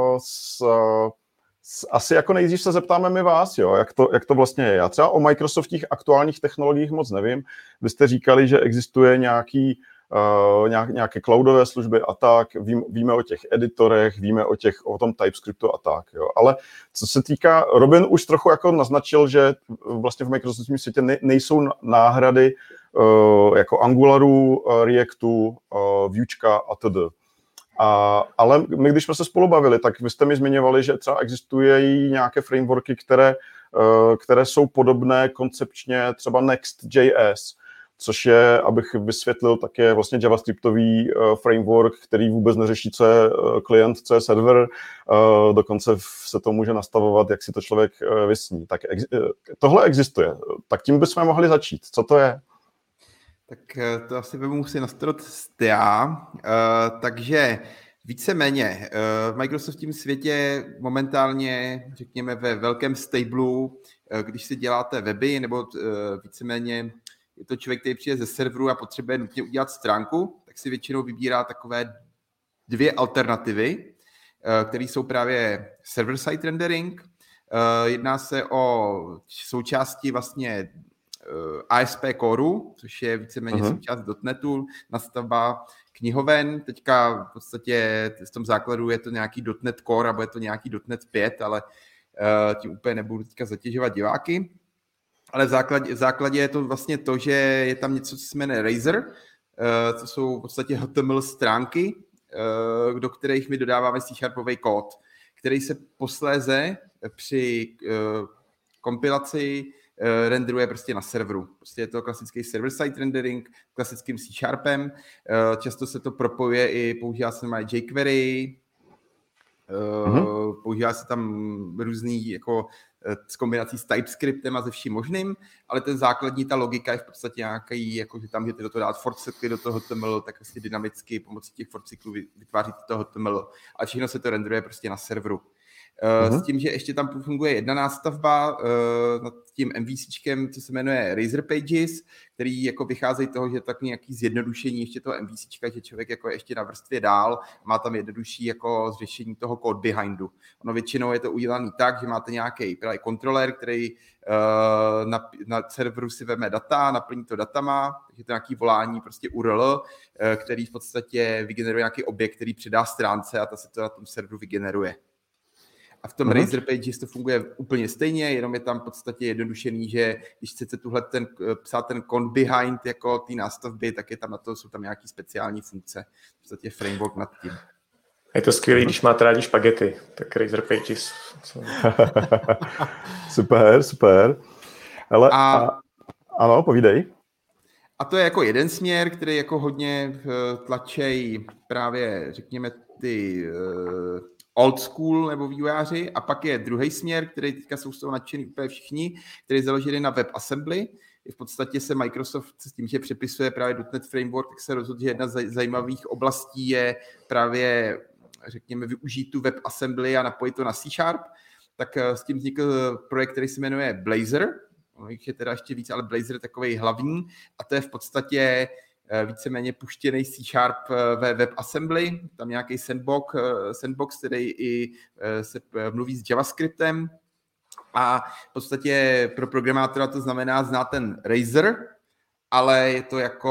asi jako nejdřív se zeptáme my vás, jo, jak to vlastně je. Já třeba o Microsoftích aktuálních technologiích moc nevím. Vy jste říkali, že existuje nějaké cloudové služby a tak, víme o těch editorech, víme o tom TypeScriptu a tak, jo. Ale co se týká, Robin už trochu jako naznačil, že vlastně v Microsoftovém světě nejsou náhrady jako Angularu, Reactu, Vuečka a td. Ale my, když jsme se spolu bavili, tak vy jste mi zmiňovali, že třeba existují nějaké frameworky, které jsou podobné koncepčně třeba Next.js. což je, abych vysvětlil, tak je vlastně javascriptový framework, který vůbec neřeší, co je klient, co je server, dokonce se to může nastavovat, jak si to člověk vysní. Tak tohle existuje, tak tím bychom mohli začít. Co to je? Tak to asi budu muset nastavit já. Takže víceméně v Microsoftním světě momentálně, řekněme, ve velkém stablu, když si děláte weby, nebo víceméně je to člověk, který přijde ze serveru a potřebuje nutně udělat stránku, tak si většinou vybírá takové dvě alternativy, které jsou právě server-side rendering. Jedná se o součásti vlastně ASP Coreu, což je víceméně součást .NETu, nastavba knihoven. Teďka v podstatě v tom základu je to nějaký .NET Core, nebo je to nějaký .NET 5, ale tím úplně nebudu teďka zatěžovat diváky. Ale v základě je to vlastně to, že je tam něco, co se jmenuje Razor, co jsou v podstatě HTML stránky, do kterých my dodáváme C-sharpový kód, který se posléze při kompilaci renderuje prostě na serveru. Prostě je to klasický server-side rendering, klasickým C-sharpem. Často se to propojuje i, používá se tam jQuery, používá se tam různý jako s kombinací s TypeScriptem a se vším možným, ale ten základní, ta logika je v podstatě nějaký, jako že tam můžete do toho dát for cycly do toho HTML, tak vlastně dynamicky pomocí těch for cyklů vytváříte toho HTML a všechno se to renderuje prostě na serveru. S tím, že ještě tam funguje jedna nástavba nad tím MVCčkem, co se jmenuje Razor Pages, který jako vycházejí toho, že je tak nějaký zjednodušení ještě toho MVCčka, že člověk jako ještě na vrstvě dál má tam jednodušší jako zřešení toho code behindu. Ono většinou je to udělané tak, že máte nějaký kontroler, který na serveru si veme data, naplní to datama, takže to nějaký volání prostě URL, který v podstatě vygeneruje nějaký objekt, který předá stránce a ta se to na tom serveru vygeneruje. A v tom Razor Pages to funguje úplně stejně, jenom je tam v podstatě jednodušený, že když chcete psát ten code behind jako ty nástavby, tak je tam na to, jsou tam nějaký speciální funkce, v podstatě framework nad tím. Je to skvělý, když máte rádi špagety, tak Razor Pages. Super. Hele, ano, povídej. A to je jako jeden směr, který jako hodně tlačí právě, řekněme, ty old school nebo vývojáři, a pak je druhý směr, který teďka jsou z toho nadšený úplně všichni, který je založený na WebAssembly. V podstatě se Microsoft s tím, že přepisuje právě .NET Framework, tak se rozhodl, že jedna z zajímavých oblastí je právě, řekněme, využít tu WebAssembly a napojit to na C#. Tak s tím vznikl projekt, který se jmenuje Blazor. Jich je teda ještě víc, ale Blazor je takovej hlavní a to je v podstatě víceméně puštěný C# ve WebAssembly, tam nějaký sandbox, který i se mluví s JavaScriptem a v podstatě pro programátora to znamená znát ten Razor, ale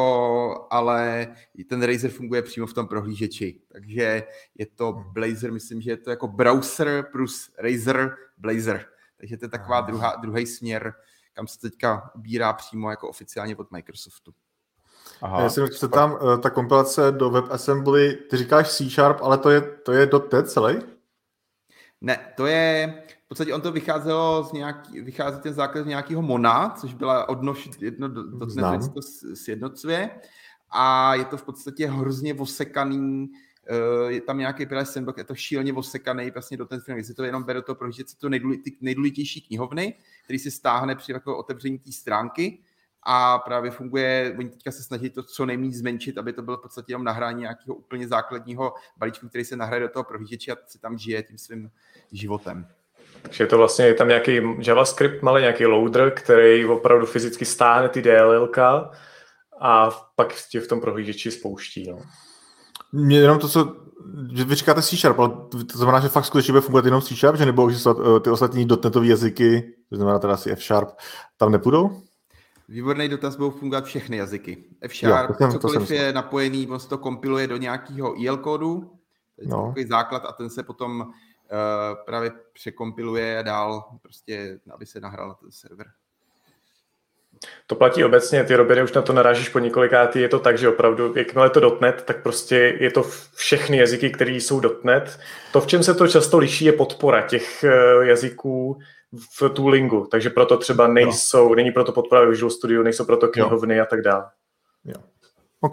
ten Razor funguje přímo v tom prohlížeči, takže je to Blazor, myslím, že je to jako browser plus Razor Blazor, takže to je taková druhý směr, kam se teďka ubírá přímo jako oficiálně od Microsoftu. Aha. Já jsem se tam ta kompilace do WebAssembly, ty říkáš C#, ale to je .NET celý? Ne, to je, v podstatě on to vychází ten základ z nějakého Mona, což byla odnož .NET, to sjednocuje a je to v podstatě hrozně osekaný, je tam nějaký sandbox, je to šíleně osekaný vlastně .NET Framework, jestli to jenom bere do toho prohlížeče ty nejdůležitější knihovny, který si stáhne při otevření té stránky. A právě funguje, oni teďka se snaží to co nejméně zmenšit, aby to bylo v podstatě jenom nahrání nějakého úplně základního balíčku, který se nahraje do toho prohlížeče a si tam žije tím svým životem. Takže je to vlastně, je tam nějaký JavaScript, malý nějaký loader, který opravdu fyzicky stáhne ty DLLka a pak tě v tom prohlížeči spouští. No. Mě jenom to, co vy říkáte C#, ale to znamená, že fakt skutečně bude fungovat jenom C#, že nebo že ty ostatní .NETové jazyky, to znamená teda asi F#, tam nepůjdou? Výborný dotaz, budou fungovat všechny jazyky. F#, cokoliv je napojený, on se to kompiluje do nějakého EL kódu, to je takový základ a ten se potom právě překompiluje a dál, prostě, aby se nahrál na ten server. To platí obecně, ty Robiny už na to narážíš po několikátý, je to tak, že opravdu, jakmile je to .NET, tak prostě je to všechny jazyky, které jsou .NET. To, v čem se to často liší, je podpora těch jazyků v toolingu, takže proto třeba není proto podpora Visual Studio, nejsou proto knihovny a tak dále. Jo. OK.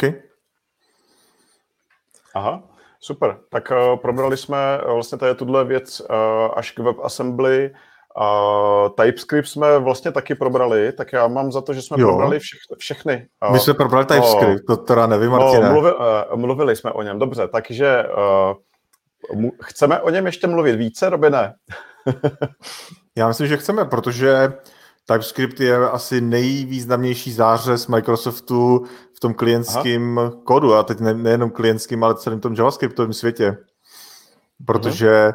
Aha, super. Tak probrali jsme vlastně tady tuhle věc až k WebAssembly. TypeScript jsme vlastně taky probrali, tak já mám za to, že jsme probrali všechny. My jsme probrali TypeScript, to teda nevím, Martine. Mluvili jsme o něm, dobře, takže chceme o něm ještě mluvit více, Robine? Já myslím, že chceme, protože TypeScript je asi nejvýznamnější zářez Microsoftu v tom klientským kódu, a teď nejenom klientským, ale celým tom JavaScriptovém světě. Protože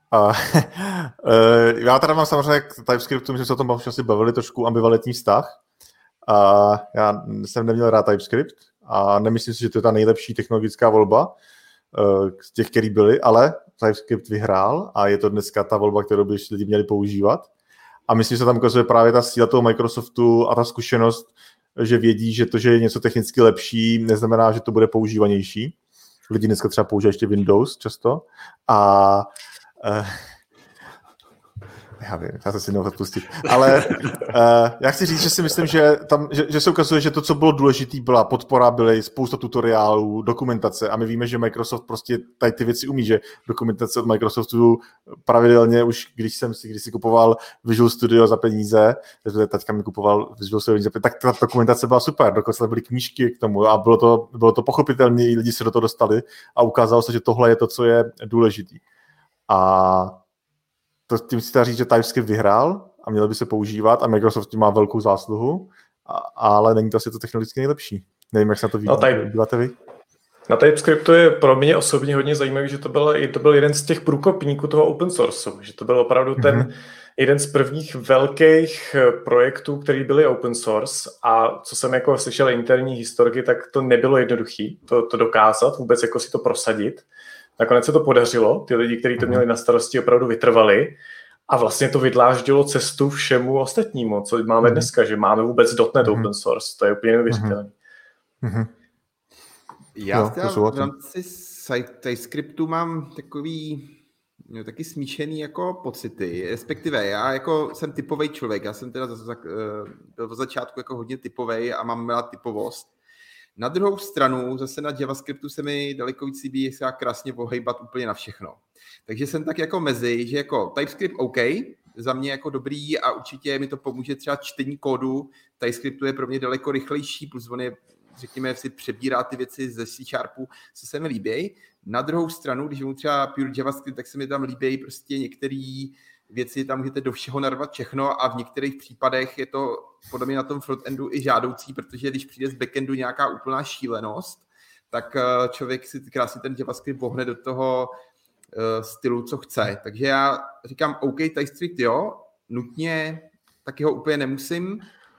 já teda mám samozřejmě k TypeScriptu, my jsme se o tom asi bavili, trošku ambivalentní vztah. Já jsem neměl rád TypeScript a nemyslím si, že to je ta nejlepší technologická volba z těch, který byly, ale TypeScript vyhrál a je to dneska ta volba, kterou by lidi měli používat. A myslím, že se tam ukazuje právě ta síla toho Microsoftu a ta zkušenost, že vědí, že to, že je něco technicky lepší, neznamená, že to bude používanější. Lidi dneska třeba používají ještě Windows často. Já vím, já to si nemohu odpustit. Ale já chci říct, že si myslím, že se ukazuje, že to, co bylo důležité, byla podpora, byly spousta tutoriálů, dokumentace a my víme, že Microsoft prostě tady ty věci umí, že dokumentace od Microsoftu pravidelně už, když si kupoval Visual Studio za peníze, teďka mi kupoval Visual Studio za peníze, tak ta dokumentace byla super, dokonce byly knížky k tomu a bylo to pochopitelné, lidi se do toho dostali a ukázalo se, že tohle je to, co je důležitý. A tím si dá říct, že TypeScript vyhrál a měl by se používat a Microsoft tím má velkou zásluhu, ale není to asi to technologicky nejlepší. Nevím, jak se na to díváte vy. Na TypeScriptu je pro mě osobně hodně zajímavý, že to byl jeden z těch průkopníků toho open sourceu, že to byl opravdu ten jeden z prvních velkých projektů, který byly open source a co jsem jako slyšel interní historiky, tak to nebylo jednoduché to dokázat, vůbec jako si to prosadit. Nakonec se to podařilo, ty lidi, kteří to měli na starosti, opravdu vytrvali a vlastně to vydláždilo cestu všemu ostatnímu, co máme dneska, že máme vůbec .NET open source, to je úplně neuvěřitelné. Já v rámci TypeScriptu mám taky smíšený jako pocity, respektive já jako jsem typový člověk, já jsem teda byl od začátku jako hodně typovej a mám rád typovost. Na druhou stranu zase na JavaScriptu se mi daleko víc líbí, jak se dá krásně ohejbat úplně na všechno. Takže jsem tak jako mezi, že jako TypeScript OK, za mě jako dobrý a určitě mi to pomůže třeba čtení kódu. TypeScriptu je pro mě daleko rychlejší, plus on je, řekněme, si přebírá ty věci ze C#, co se mi líbí. Na druhou stranu, když mu třeba pure JavaScript, tak se mi tam líbí prostě některé věci, tam můžete do všeho narvat všechno a v některých případech je to podle mě na tom frontendu i žádoucí, protože když přijde z backendu nějaká úplná šílenost, tak člověk si krásně ten JavaScript vohne do toho stylu, co chce. Takže já říkám OK, TypeScript jo, nutně taky ho úplně nemusím,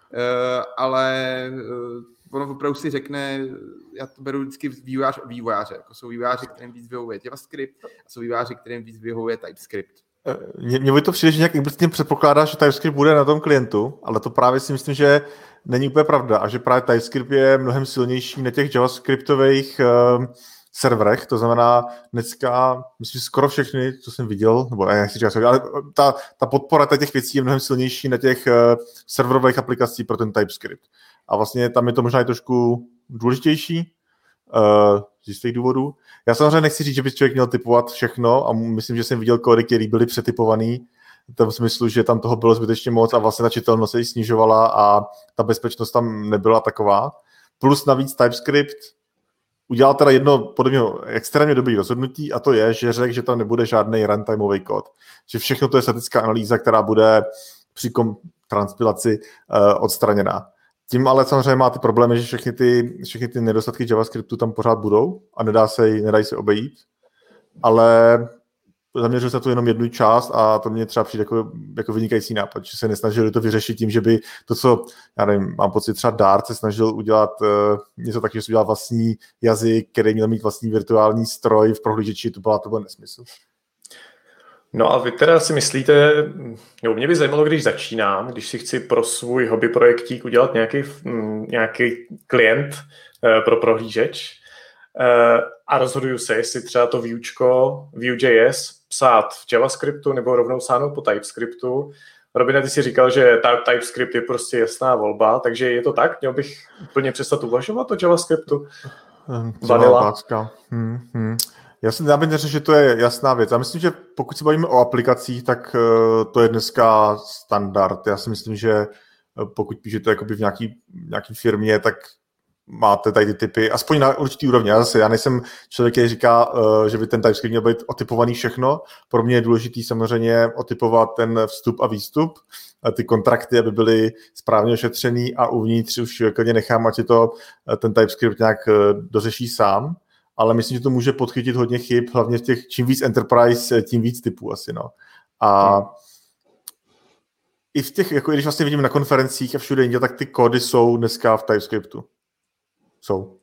ale ono opravdu si řekne, já to beru vždycky vývojáře, jako jsou vývojáři, kterým víc vyhovuje JavaScript a jsou vývojáři, kterým víc vyhovuje TypeScript. Mně by to přijde, že nějak implicitně předpokládá, že TypeScript bude na tom klientu, ale to právě si myslím, že není úplně pravda a že právě TypeScript je mnohem silnější na těch javascriptových serverech, to znamená dneska, myslím, skoro všechny, co jsem viděl, nebo nechci říkat, ale ta podpora těch věcí je mnohem silnější na těch serverových aplikacích pro ten TypeScript. A vlastně tam je to možná i trošku důležitější z jistých důvodů. Já samozřejmě nechci říct, že by člověk měl typovat všechno a myslím, že jsem viděl kódy, které byly přetypovaný v tom smyslu, že tam toho bylo zbytečně moc a vlastně ta čitelnost se jí snižovala a ta bezpečnost tam nebyla taková. Plus navíc TypeScript udělal teda jedno podle mě extrémně dobrý rozhodnutí a to je, že řekl, že tam nebude žádný runtimeový kód. Že všechno to je statická analýza, která bude při transpilaci odstraněná. Tím ale samozřejmě má ty problémy, že všechny ty nedostatky JavaScriptu tam pořád budou a nedají se obejít, ale zaměřil se tu jenom jednu část a to mě třeba přijde jako vynikající nápad, že se nesnažili to vyřešit tím, že by to, co, já nevím, mám pocit, třeba Dart se snažil udělat něco takového, že se udělal vlastní jazyk, který měl mít vlastní virtuální stroj v prohlížeči, to byl nesmysl. No a vy teda si myslíte, mě by zajímalo, když začínám, když si chci pro svůj hobby projektík udělat nějaký klient pro prohlížeč a rozhoduju se, jestli třeba to výučko Vue.js psát v JavaScriptu nebo rovnou sáhnout po TypeScriptu Robine, ty si říkal, že TypeScript je prostě jasná volba, takže je to tak? Měl bych úplně přestat uvažovat o JavaScriptu? Vanilla? Já bych neřekl, že to je jasná věc. Já myslím, že pokud se bavíme o aplikacích, tak to je dneska standard. Já si myslím, že pokud píšete jakoby v nějaký firmě, tak máte tady ty typy, aspoň na určitý úrovni. Já nejsem člověk, který říká, že by ten TypeScript měl být otypovaný všechno. Pro mě je důležitý samozřejmě otypovat ten vstup a výstup, ty kontrakty, aby byly správně ošetřený a uvnitř už klidně nechám, ať si to ten TypeScript nějak dořeší sám. Ale myslím, že to může podchytit hodně chyb, hlavně v těch, čím víc enterprise, tím víc typů asi, no. A i v těch, jako když vlastně vidím na konferencích a všude jinde, tak ty kódy jsou dneska v TypeScriptu. Jsou.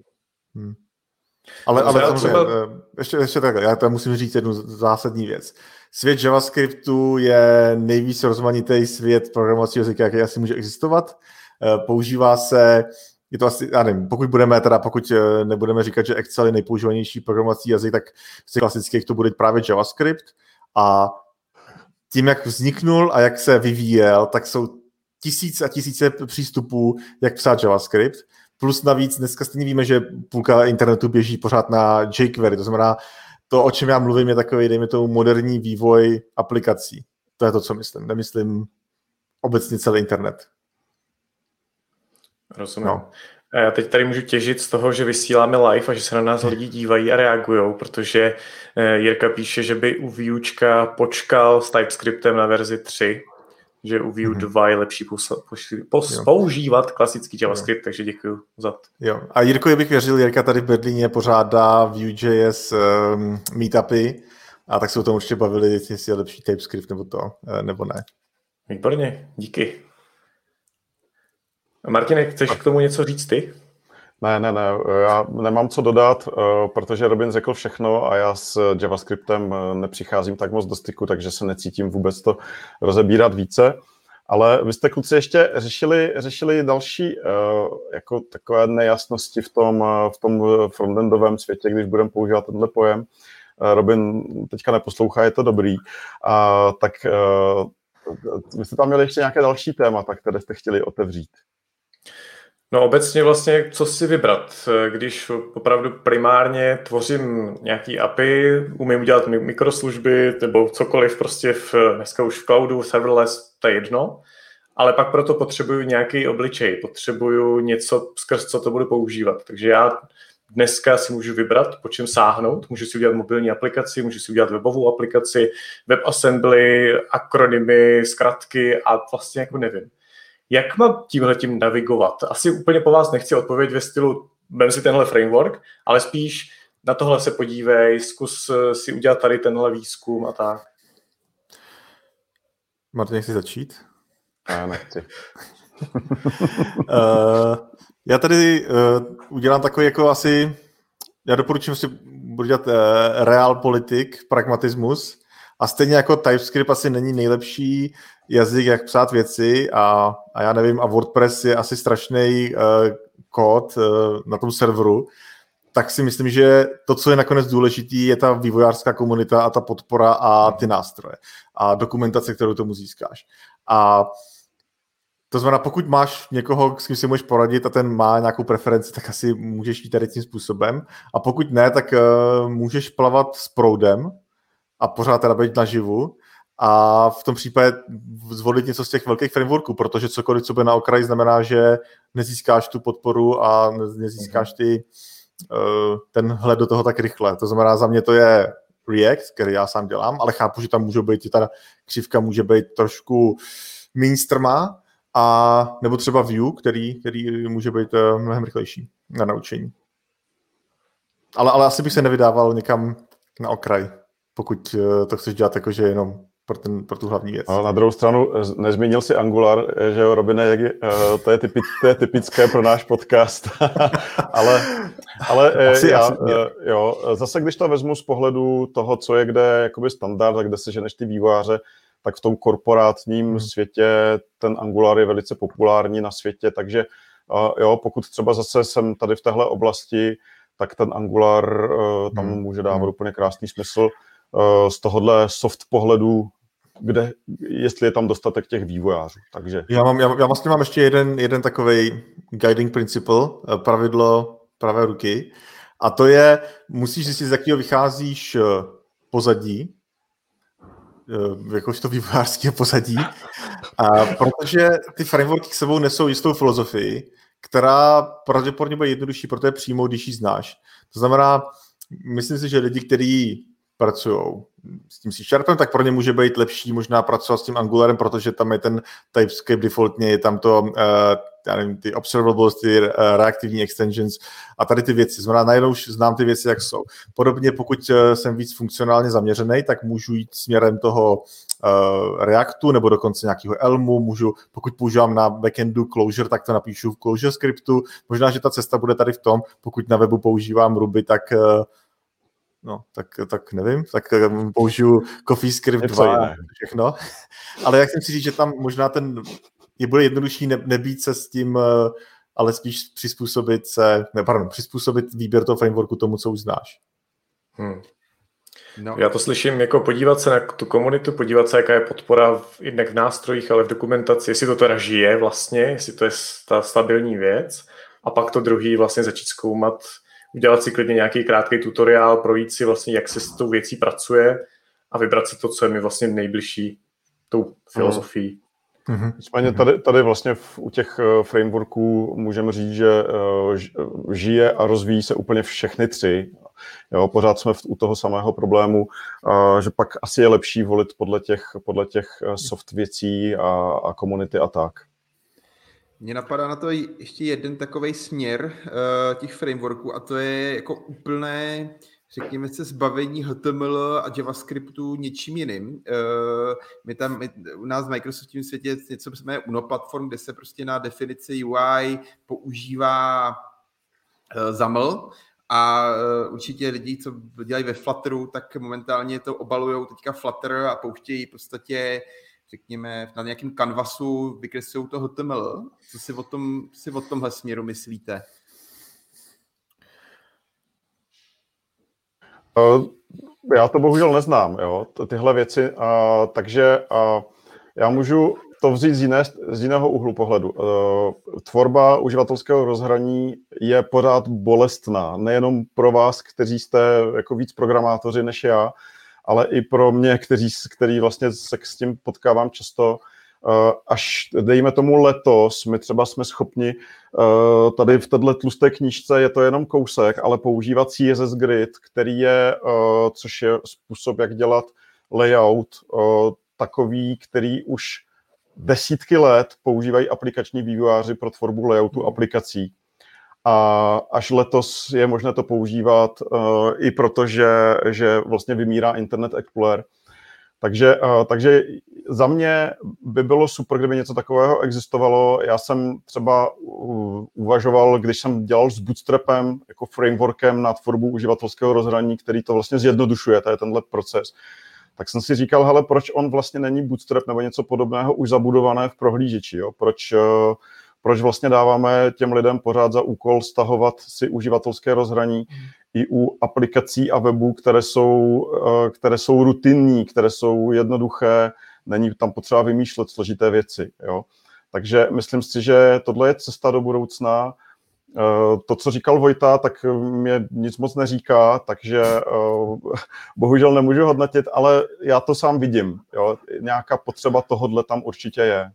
Ale samozřejmě, ještě takhle, já tam musím říct jednu zásadní věc. Svět JavaScriptu je nejvíc rozmanitý svět programovacího jazyka, jaký asi může existovat. Používá se, je to asi, já nevím, pokud nebudeme říkat, že Excel je nejpoužívanější programovací jazyk, tak z klasických to bude právě JavaScript. A tím, jak vzniknul a jak se vyvíjel, tak jsou tisíce a tisíce přístupů, jak psát JavaScript. Plus navíc dneska stejně víme, že půlka internetu běží pořád na jQuery. To znamená, to, o čem já mluvím, je takový, dejme tomu, moderní vývoj aplikací. To je to, co myslím. Nemyslím obecně celý internet. Rozumím. No. Já teď tady můžu těžit z toho, že vysíláme live a že se na nás lidi dívají a reagujou, protože Jirka píše, že by u Vuečka počkal s TypeScriptem na verzi 3, že u Vue 2 je lepší používat klasický JavaScript, takže děkuji za to. Jo. A Jirko, bych věřil, Jirka tady v Berlíně pořádá Vue.js meetupy a tak se o tom určitě bavili, jestli je lepší TypeScript nebo ne. Výborně, díky. Martine, chceš k tomu něco říct ty? Ne, já nemám co dodat, protože Robin řekl všechno a já s JavaScriptem nepřicházím tak moc do styku, takže se necítím vůbec to rozebírat více. Ale vy jste, kluci, ještě řešili další jako takové nejasnosti v tom frontendovém světě, když budeme používat tenhle pojem. Robin teďka neposlouchá, je to dobrý. Tak vy jste tam měli ještě nějaké další témata, které jste chtěli otevřít. No obecně vlastně, co si vybrat, když opravdu primárně tvořím nějaký API, umím udělat mikroslužby nebo cokoliv prostě dneska už v cloudu, serverless, to je jedno, ale pak proto potřebuju nějaký obličej, potřebuju něco, skrz co to budu používat. Takže já dneska si můžu vybrat, po čem sáhnout, můžu si udělat mobilní aplikaci, můžu si udělat webovou aplikaci, WebAssembly, akronymy, zkratky a vlastně jako nevím. Jak mám tímhletím navigovat? Asi úplně po vás nechci odpovědět ve stylu vem si tenhle framework, ale spíš na tohle se podívej, zkus si udělat tady tenhle výzkum a tak. Martin, chci začít? Já nechci. Já tady udělám takový jako asi, já doporučím si budu dělat realpolitik, pragmatismus a stejně jako TypeScript asi není nejlepší jazyk, jak psát věci a já nevím, a WordPress je asi strašný kód na tom serveru, tak si myslím, že to, co je nakonec důležitý, je ta vývojářská komunita a ta podpora a ty nástroje a dokumentace, kterou tomu získáš. A to znamená, pokud máš někoho, s kým si můžeš poradit a ten má nějakou preferenci, tak asi můžeš jít tady tím způsobem. A pokud ne, tak můžeš plavat s proudem a pořád teda být naživu a v tom případě zvolit něco z těch velkých frameworků, protože cokoliv, co bude na okraji, znamená, že nezískáš tu podporu a nezískáš ten hled do toho tak rychle. To znamená, za mě to je React, který já sám dělám, ale chápu, že tam může být, ta křivka může být trošku méně strmá, a nebo třeba Vue, který může být mnohem rychlejší na naučení. Ale asi bych se nevydával někam na okraj, pokud to chceš dělat jakože jenom pro tu hlavní věc. Ale na druhou stranu nezmínil si Angular, že jo, Robine, to je typické pro náš podcast. ale zase když to vezmu z pohledu toho, co je kde jakoby standard, a kde se ženeš ty vývojáře, tak v tom korporátním světě ten Angular je velice populární na světě, takže jo, pokud třeba zase jsem tady v téhle oblasti, tak ten Angular tam může dávat úplně krásný smysl. Z tohohle soft pohledu jestli je tam dostatek těch vývojářů. Takže... Já vlastně mám ještě jeden takovej guiding principle, pravidlo pravé ruky, a to je, musíš zjistit, z jakého vycházíš pozadí, jakožto vývojářského pozadí, protože ty frameworky k sebou nesou jistou filozofii, která pravděpodobně bude jednodušší, protože přijmout, když ji znáš. To znamená, myslím si, že lidi, kteří pracují s tím C-Sharpem, tak pro ně může být lepší možná pracovat s tím Angularem, protože tam je ten TypeScript defaultně, je tam to, já nevím, ty observables, ty reaktivní extensions a tady ty věci. Znamená, najednou už znám ty věci, jak jsou. Podobně, pokud jsem víc funkcionálně zaměřený, tak můžu jít směrem toho Reactu nebo dokonce nějakého Elmu, pokud používám na backendu Clojure, tak to napíšu v Clojure scriptu. Možná, že ta cesta bude tady v tom, pokud na webu používám Ruby, tak nevím, tak použiju CoffeeScript 2 všechno. Ale jak jsem si říct, že tam možná bude jednodušší nebýt se s tím, ale spíš přizpůsobit výběr toho frameworku tomu, co už znáš. No. Já to slyším jako podívat se na tu komunitu, podívat se, jaká je podpora jednak v nástrojích, ale v dokumentaci, jestli to teda žije vlastně, jestli to je ta stabilní věc, a pak to druhý vlastně začít zkoumat, udělat si klidně nějaký krátký tutoriál, projít si vlastně, jak se s tou věcí pracuje a vybrat si to, co je mi vlastně nejbližší tou filozofií. Nicméně tady vlastně u těch frameworků můžeme říct, že žije a rozvíjí se úplně všechny tři. Jo, pořád jsme u toho samého problému, že pak asi je lepší volit podle těch soft věcí a komunity a tak. Mně napadá na to ještě jeden takovej směr těch frameworků, a to je jako úplné, řekněme se, zbavení HTML a JavaScriptu něčím jiným. U nás v Microsoftovém světě je něco, co se jmenuje UNO platform, kde se prostě na definici UI používá XAML, a určitě lidi, co dělají ve Flutteru, tak momentálně to obalujou teďka Flutter a pouštějí v podstatě, řekněme, na nějakém kanvasu vykreslují to HTML. Co si o tomhle směru myslíte? Já to bohužel neznám, jo, tyhle věci, takže já můžu to vzít z jiného úhlu pohledu. Tvorba uživatelského rozhraní je pořád bolestná, nejenom pro vás, kteří jste jako víc programátoři než já, ale i pro mě, který vlastně se s tím potkávám často. Až dejme tomu letos, my třeba jsme schopni tady v této tlusté knížce, je to jenom kousek, ale používat CSS Grid, což je způsob, jak dělat layout, takový, který už desítky let používají aplikační vývojáři pro tvorbu layoutu aplikací. A až letos je možné to používat i proto, že vlastně vymírá Internet Explorer. Takže za mě by bylo super, kdyby něco takového existovalo. Já jsem třeba uvažoval, když jsem dělal s Bootstrapem jako frameworkem na tvorbu uživatelského rozhraní, který to vlastně zjednodušuje, to je tenhle proces. Tak jsem si říkal, hele, proč on vlastně není Bootstrap nebo něco podobného už zabudované v prohlížeči, jo? Proč vlastně dáváme těm lidem pořád za úkol stahovat si uživatelské rozhraní i u aplikací a webů, které jsou rutinní, které jsou jednoduché, není tam potřeba vymýšlet složité věci. Jo? Takže myslím si, že tohle je cesta do budoucna. To, co říkal Vojta, tak mě nic moc neříká, takže bohužel nemůžu hodnotit, ale já to sám vidím. Jo? Nějaká potřeba tohodle tam určitě je.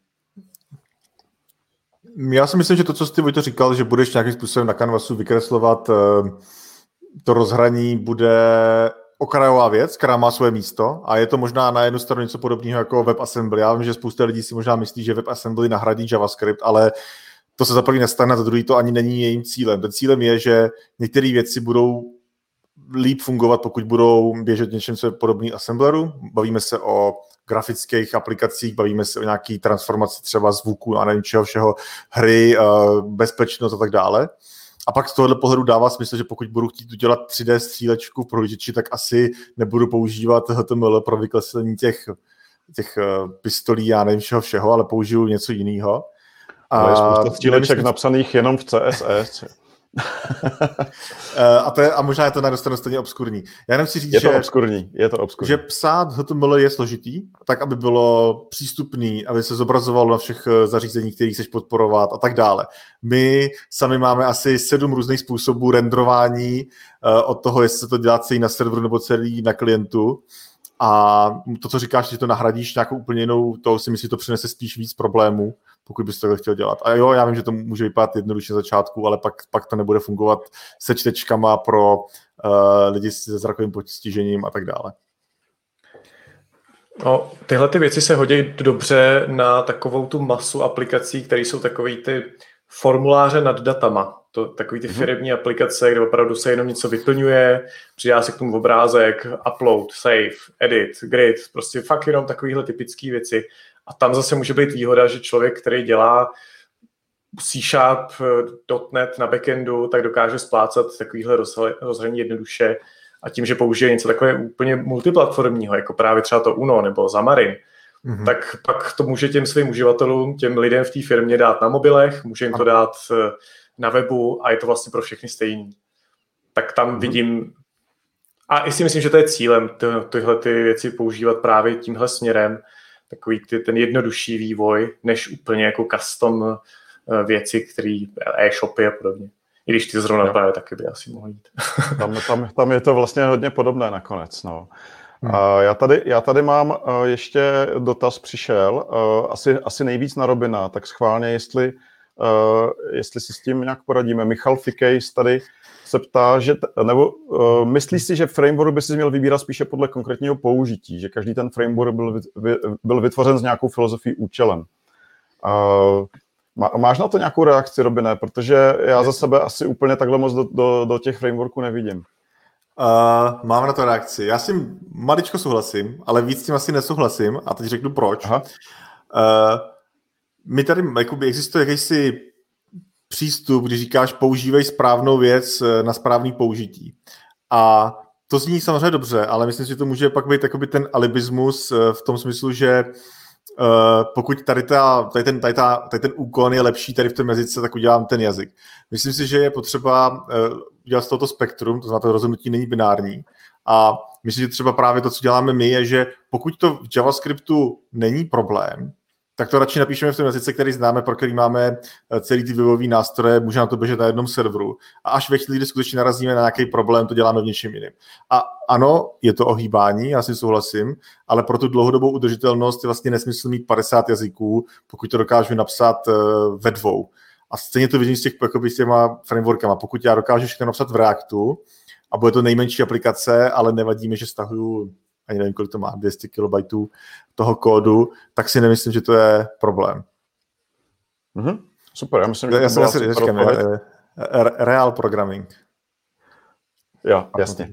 Já si myslím, že to, co jsi Vojto říkal, že budeš nějakým způsobem na kanvasu vykreslovat to rozhraní, bude okrajová věc, která má svoje místo, a je to možná na jednu stranu něco podobného jako WebAssembly. Já vím, že spousta lidí si možná myslí, že WebAssembly nahradí JavaScript, ale to se za první nestane, za druhý to ani není jejím cílem. Ten cílem je, že některé věci budou líp fungovat, pokud budou běžet něčem, co je podobný Assembleru. Bavíme se o grafických aplikacích, bavíme se o nějaký transformaci třeba zvuku a nevím čeho všeho, hry, bezpečnost a tak dále. A pak z tohohle pohledu dává smysl, že pokud budu chtít udělat 3D střílečku v prohlížeči, tak asi nebudu používat HTML pro vykreslení těch pistolí, já nevím čeho všeho, ale použiju něco jiného. Ale je spousta stříleček napsaných jenom v CSS. A možná je to na dostanu stejně obskurní. Já jenom si říct, je to obskurní. Že psát HTML je složitý, tak aby bylo přístupný, aby se zobrazovalo na všech zařízeních, kterých chceš podporovat a tak dále. My sami máme asi 7 různých způsobů renderování od toho, jestli se to dělá celý na serveru nebo celý na klientu. A to, co říkáš, že to nahradíš nějakou úplně jinou, to si myslím, že to přinese spíš víc problémů, pokud bys to takhle chtěl dělat. A jo, já vím, že to může vypadat jednoduše na začátku, ale pak to nebude fungovat se čtečkama pro lidi se zrakovým postižením a tak dále. No, tyhle ty věci se hodí dobře na takovou tu masu aplikací, které jsou takový ty formuláře nad datama. Takový ty firemní aplikace, kde opravdu se jenom něco vyplňuje, přidá se k tomu obrázek, upload, save, edit, grid, prostě fakt jenom takovýhle typické věci. A tam zase může být výhoda, že člověk, který dělá C# .NET na backendu, tak dokáže splácat takovýhle rozhraní jednoduše a tím, že použije něco takové úplně multiplatformního, jako právě třeba to Uno nebo Xamarin, tak pak to může těm svým uživatelům, těm lidem v té firmě dát na mobilech, může jim to dát na webu a je to vlastně pro všechny stejný. Tak tam vidím, a i si myslím, že to je cílem tyhle ty věci používat právě tímhle směrem, takový ten jednodušší vývoj, než úplně jako custom věci, které e-shopy a podobně. I když ty zrovna právě taky by asi mohly jít. Tam je to vlastně hodně podobné nakonec. No. Já tady mám ještě dotaz přišel, asi nejvíc na Robina, tak schválně, jestli si s tím nějak poradíme. Michal Fikejs tady se ptá, myslíš si, že framework by si měl vybírat spíše podle konkrétního použití, že každý ten framework byl vytvořen s nějakou filozofií účelem. Máš na to nějakou reakci, Robine? Protože já za sebe asi úplně takhle moc do těch frameworků nevidím. Mám na to reakci. Já s tím maličko souhlasím, ale víc s tím asi nesouhlasím a teď řeknu proč. My tady existuje jakýsi přístup, když říkáš používej správnou věc na správný použití. A to zní samozřejmě dobře, ale myslím si, že to může pak být takový ten alibismus v tom smyslu, že pokud tady ten úkon je lepší tady v tom jazyce, tak udělám ten jazyk. Myslím si, že je potřeba udělat z tohoto spektrum, to znamená, to rozhodnutí není binární. A myslím, že třeba právě to, co děláme my, je, že pokud to v JavaScriptu není problém, tak to radši napíšeme v tom jazyce, který známe, pro který máme celý ty webový nástroje, může na to běžet na jednom serveru. A až ve chvíli, kdy skutečně narazíme na nějaký problém, to děláme v něčem jiném. A ano, je to ohýbání, já si souhlasím, ale pro tu dlouhodobou udržitelnost je vlastně nesmysl mít 50 jazyků, pokud to dokážu napsat ve 2. A stejně to vidím s těma frameworkama. Pokud já dokážu všechno napsat v Reactu a bude to nejmenší aplikace, ale nevadí mi, že stahuju ani nevím, kolik to má, 200 kilobajtů toho kódu, tak si nemyslím, že to je problém. Super, já myslím, že to byla super odpověď. Real programming. Jo, jasně.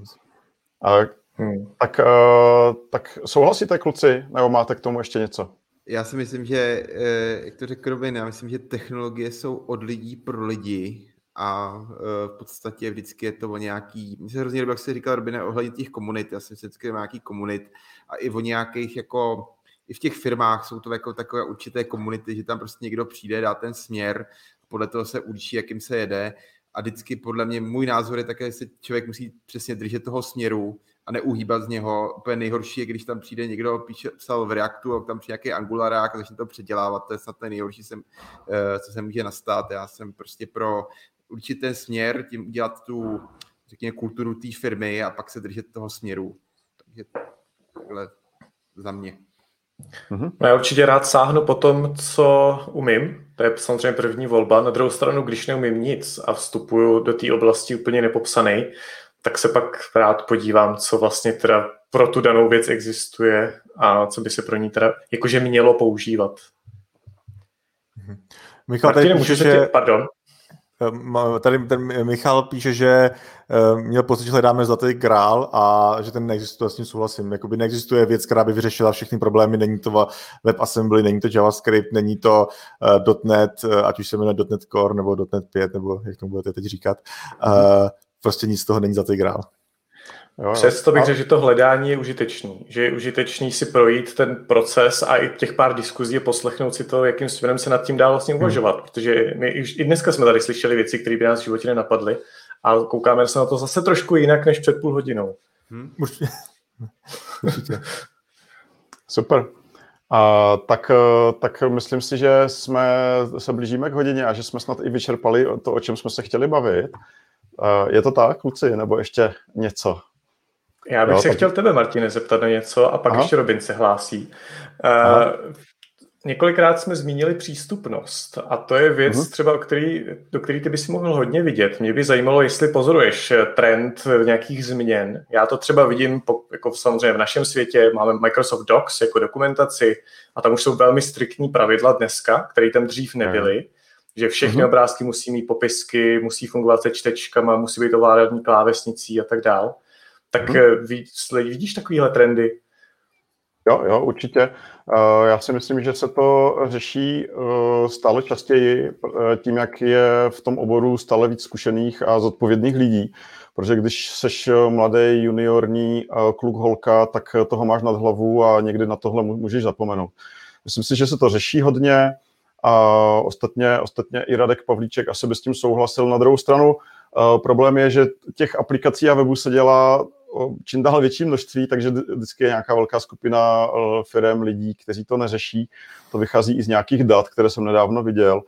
Tak souhlasíte, kluci, nebo máte k tomu ještě něco? Já si myslím, že, jak to řekl Robin, já myslím, že technologie jsou od lidí pro lidi a v podstatě vždycky je to o nějaký, mně se hrozně líbí, jak jsi říkal, Robine, ohledně těch komunit, já si myslím, že vždycky má nějaký komunit a i o nějakých jako, i v těch firmách jsou to jako takové určité komunity, že tam prostě někdo přijde, dá ten směr, podle toho se učí, jakým se jede a vždycky podle mě můj názor je také, že se člověk musí přesně držet toho směru a neuhýbat z něho. Úplně nejhorší je, když tam přijde někdo, psal v Reactu a tam přijde nějaký Angularák a začne to předělávat, to je snad ten nejhorší, co se může nastat. Já jsem prostě pro určitý směr, tím udělat tu, řekněme, kulturu té firmy a pak se držet toho směru. Takže takhle za mě. Já určitě rád sáhnu po tom, co umím. To je samozřejmě první volba. Na druhou stranu, když neumím nic a vstupuju do té oblasti úplně nepopsaný, tak se pak rád podívám, co vlastně teda pro tu danou věc existuje a co by se pro ní teda jakože mělo používat. Michal, tady ten Michal píše, že měl pocit, že hledáme zlatý grál a že ten neexistuje, s tím souhlasím. Jakoby neexistuje věc, která by vyřešila všechny problémy, není to WebAssembly, není to JavaScript, není to .NET, ať už se jmenuje .NET Core nebo .NET 5, nebo jak tomu budete teď říkat. Prostě nic z toho není zlatý grál. Přesto bych řekl, že to hledání je užitečný. Že je užitečný si projít ten proces a i těch pár diskuzí a poslechnout si to, jakým směrem se nad tím dá vlastně uvažovat. Protože my i dneska jsme tady slyšeli věci, které by nás v životě nenapadly a koukáme se na to zase trošku jinak než před půl hodinou. Určitě. Super. Tak myslím si, že jsme se blížíme k hodině a že jsme snad i vyčerpali to, o čem jsme se chtěli bavit. Je to tak, kluci, nebo ještě něco? Já bych se chtěl tebe, Martine, zeptat na něco a pak ještě Robin se hlásí. Několikrát jsme zmínili přístupnost a to je věc třeba, do který ty bys mohl hodně vidět. Mě by zajímalo, jestli pozoruješ trend nějakých změn. Já to třeba vidím, jako samozřejmě v našem světě máme Microsoft Docs jako dokumentaci a tam už jsou velmi striktní pravidla dneska, které tam dřív nebyly, že všechny obrázky musí mít popisky, musí fungovat se čtečkama, musí být ovládaný klávesnicí a tak dál. Tak vidíš takovýhle trendy? Jo, určitě. Já si myslím, že se to řeší stále častěji tím, jak je v tom oboru stále víc zkušených a zodpovědných lidí. Protože když seš mladý, juniorní kluk, holka, tak toho máš nad hlavu a někdy na tohle můžeš zapomenout. Myslím si, že se to řeší hodně a ostatně i Radek Pavlíček asi by s tím souhlasil. Na druhou stranu problém je, že těch aplikací a webů se dělá čím dál větší množství, takže vždycky je nějaká velká skupina firem, lidí, kteří to neřeší. To vychází i z nějakých dat, které jsem nedávno viděl.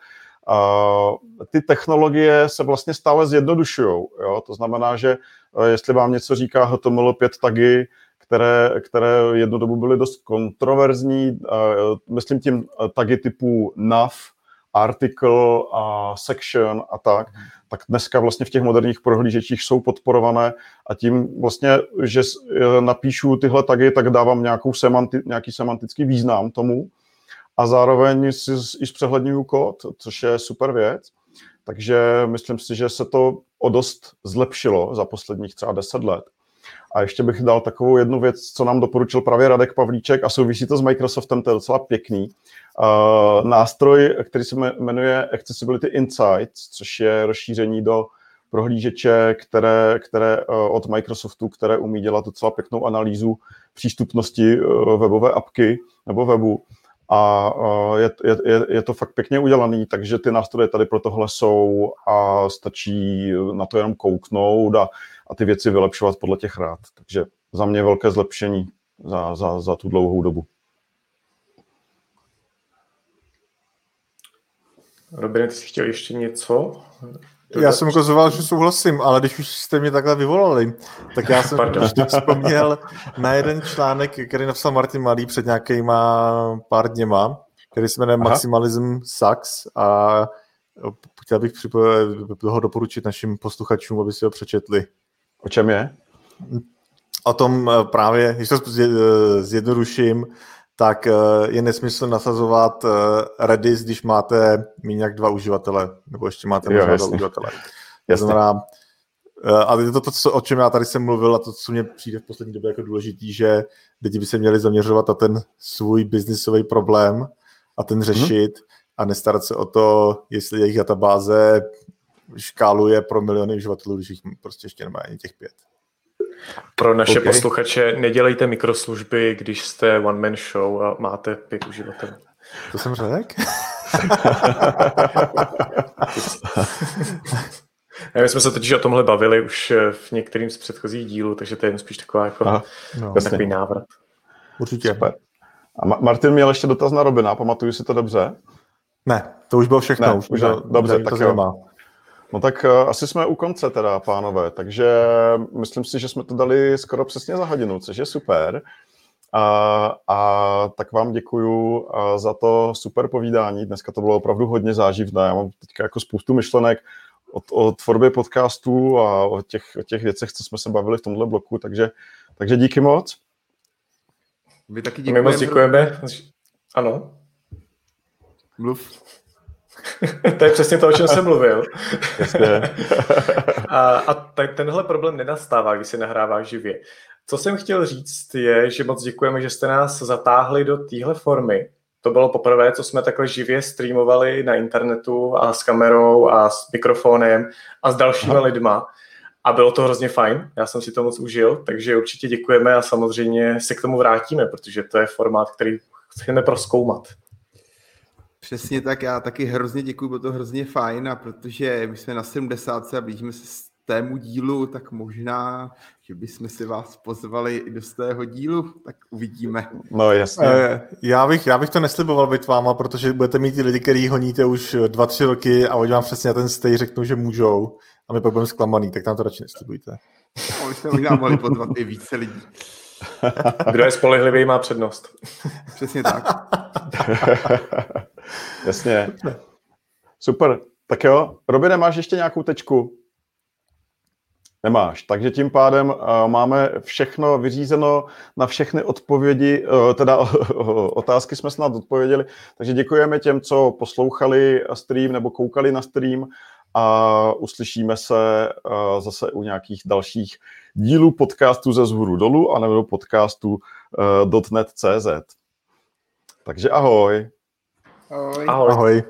Ty technologie se vlastně stále zjednodušují. To znamená, že jestli vám něco říká HTML5 tagy, které jednu dobu byly dost kontroverzní, myslím tím tagy typu nav, article a section a tak dneska vlastně v těch moderních prohlížečích jsou podporované a tím vlastně, že napíšu tyhle tagy, tak dávám nějaký semantický význam tomu a zároveň si i zpřehledňuju kód, což je super věc. Takže myslím si, že se to o dost zlepšilo za posledních třeba 10 let. A ještě bych dal takovou jednu věc, co nám doporučil právě Radek Pavlíček a souvisí to s Microsoftem, to je docela pěkný. Nástroj, který se jmenuje Accessibility Insights, což je rozšíření do prohlížeče, které od Microsoftu, které umí dělat docela pěknou analýzu přístupnosti webové apky nebo webu. A je to fakt pěkně udělaný, takže ty nástroje tady pro tohle jsou a stačí na to jenom kouknout a ty věci vylepšovat podle těch rád. Takže za mě velké zlepšení za tu dlouhou dobu. Robin, ty jsi chtěl ještě něco? Já jsem ukazoval, že souhlasím, ale když už jste mě takhle vyvolali, tak já jsem vzpomněl na jeden článek, který napsal Martin Malý před nějakýma pár dněma, který se jmenuje Maximalism Sucks a chtěl bych toho doporučit našim posluchačům, aby si ho přečetli. O čem je? O tom právě, když to zjednoduším, tak je nesmysl nasazovat Redis, když máte méně jak 2 uživatele, nebo ještě máte možná 2 uživatele. To znamená, ale je to, o čem já tady jsem mluvil a to, co mě přijde v poslední době jako důležitý, že lidi by se měli zaměřovat na ten svůj biznisový problém a ten řešit a nestarat se o to, jestli jejich databáze škáluje pro miliony uživatelů, když jich prostě ještě nemá ani těch 5. Pro naše posluchače, nedělejte mikroslužby, když jste one-man show a máte 5 uživatelů. To jsem řekl? My jsme se totiž o tomhle bavili už v některým z předchozích dílů, takže to je jen spíš taková jako takový návrat. Určitě. Super. A Martin měl ještě dotaz na Robina, pamatuju si to dobře? Ne, to už bylo všechno. Ne, už dobře, tak jo. No tak asi jsme u konce teda, pánové, takže myslím si, že jsme to dali skoro přesně za hodinu, což je super. A tak vám děkuju za to super povídání. Dneska to bylo opravdu hodně záživné. Já mám teďka jako spoustu myšlenek o tvorbě podcastů a o těch věcech, co jsme se bavili v tomhle bloku, takže díky moc. Vy taky děkujeme. My moc děkujeme. Ano. Mluv. To je přesně to, o čem jsem mluvil. Jasně. A tenhle problém nenastává, když se nahrává živě. Co jsem chtěl říct je, že moc děkujeme, že jste nás zatáhli do téhle formy. To bylo poprvé, co jsme takhle živě streamovali na internetu a s kamerou a s mikrofonem a s dalšíma lidma. a bylo to hrozně fajn, já jsem si to moc užil, takže určitě děkujeme a samozřejmě se k tomu vrátíme, protože to je formát, který chceme prozkoumat. Přesně tak, já taky hrozně děkuju, bylo to hrozně fajn a protože my jsme na 70 a blížíme se z tému dílu, tak možná, že bychom si vás pozvali i do stého dílu, tak uvidíme. No jasně. Já bych to nesliboval být váma, protože budete mít ty lidi, který honíte už 2-3 roky a oni vám přesně na ten stej řeknou, že můžou a my pak budeme zklamaný, tak tam to radši neslibujte. No, my jsme možná mohli pozvat i více lidí. Kdo je spolehlivý, má přednost. Přesně tak. Jasně. Super. Tak jo, Robine, máš ještě nějakou tečku? Nemáš. Takže tím pádem máme všechno vyřízeno, na všechny odpovědi, teda otázky jsme snad odpověděli. Takže děkujeme těm, co poslouchali stream nebo koukali na stream a uslyšíme se zase u nějakých dalších dílů podcastu ze Zhůru dolů anebo podcastu .net.cz. Takže ahoj. Ahoj. Ahoj. Ahoj.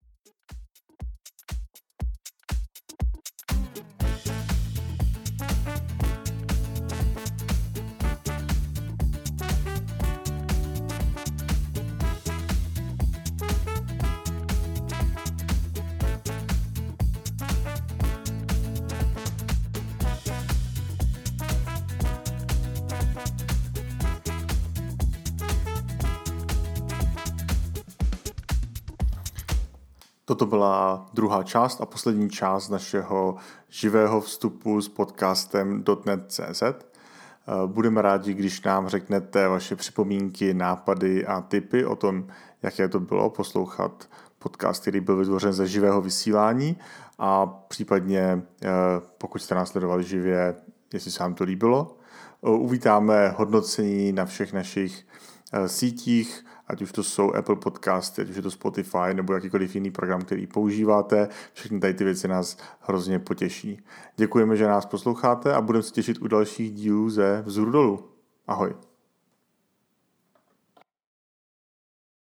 Toto byla druhá část a poslední část našeho živého vstupu s podcastem .net.cz. Budeme rádi, když nám řeknete vaše připomínky, nápady a tipy o tom, jaké to bylo poslouchat podcast, který byl vytvořen ze živého vysílání a případně, pokud jste nás sledovali živě, jestli se vám to líbilo. Uvítáme hodnocení na všech našich sítích, ať už to jsou Apple Podcasty, ať už je to Spotify nebo jakýkoliv jiný program, který používáte. Všechny tady ty věci nás hrozně potěší. Děkujeme, že nás posloucháte a budeme se těšit u dalších dílů ze Vzhůru dolů. Ahoj.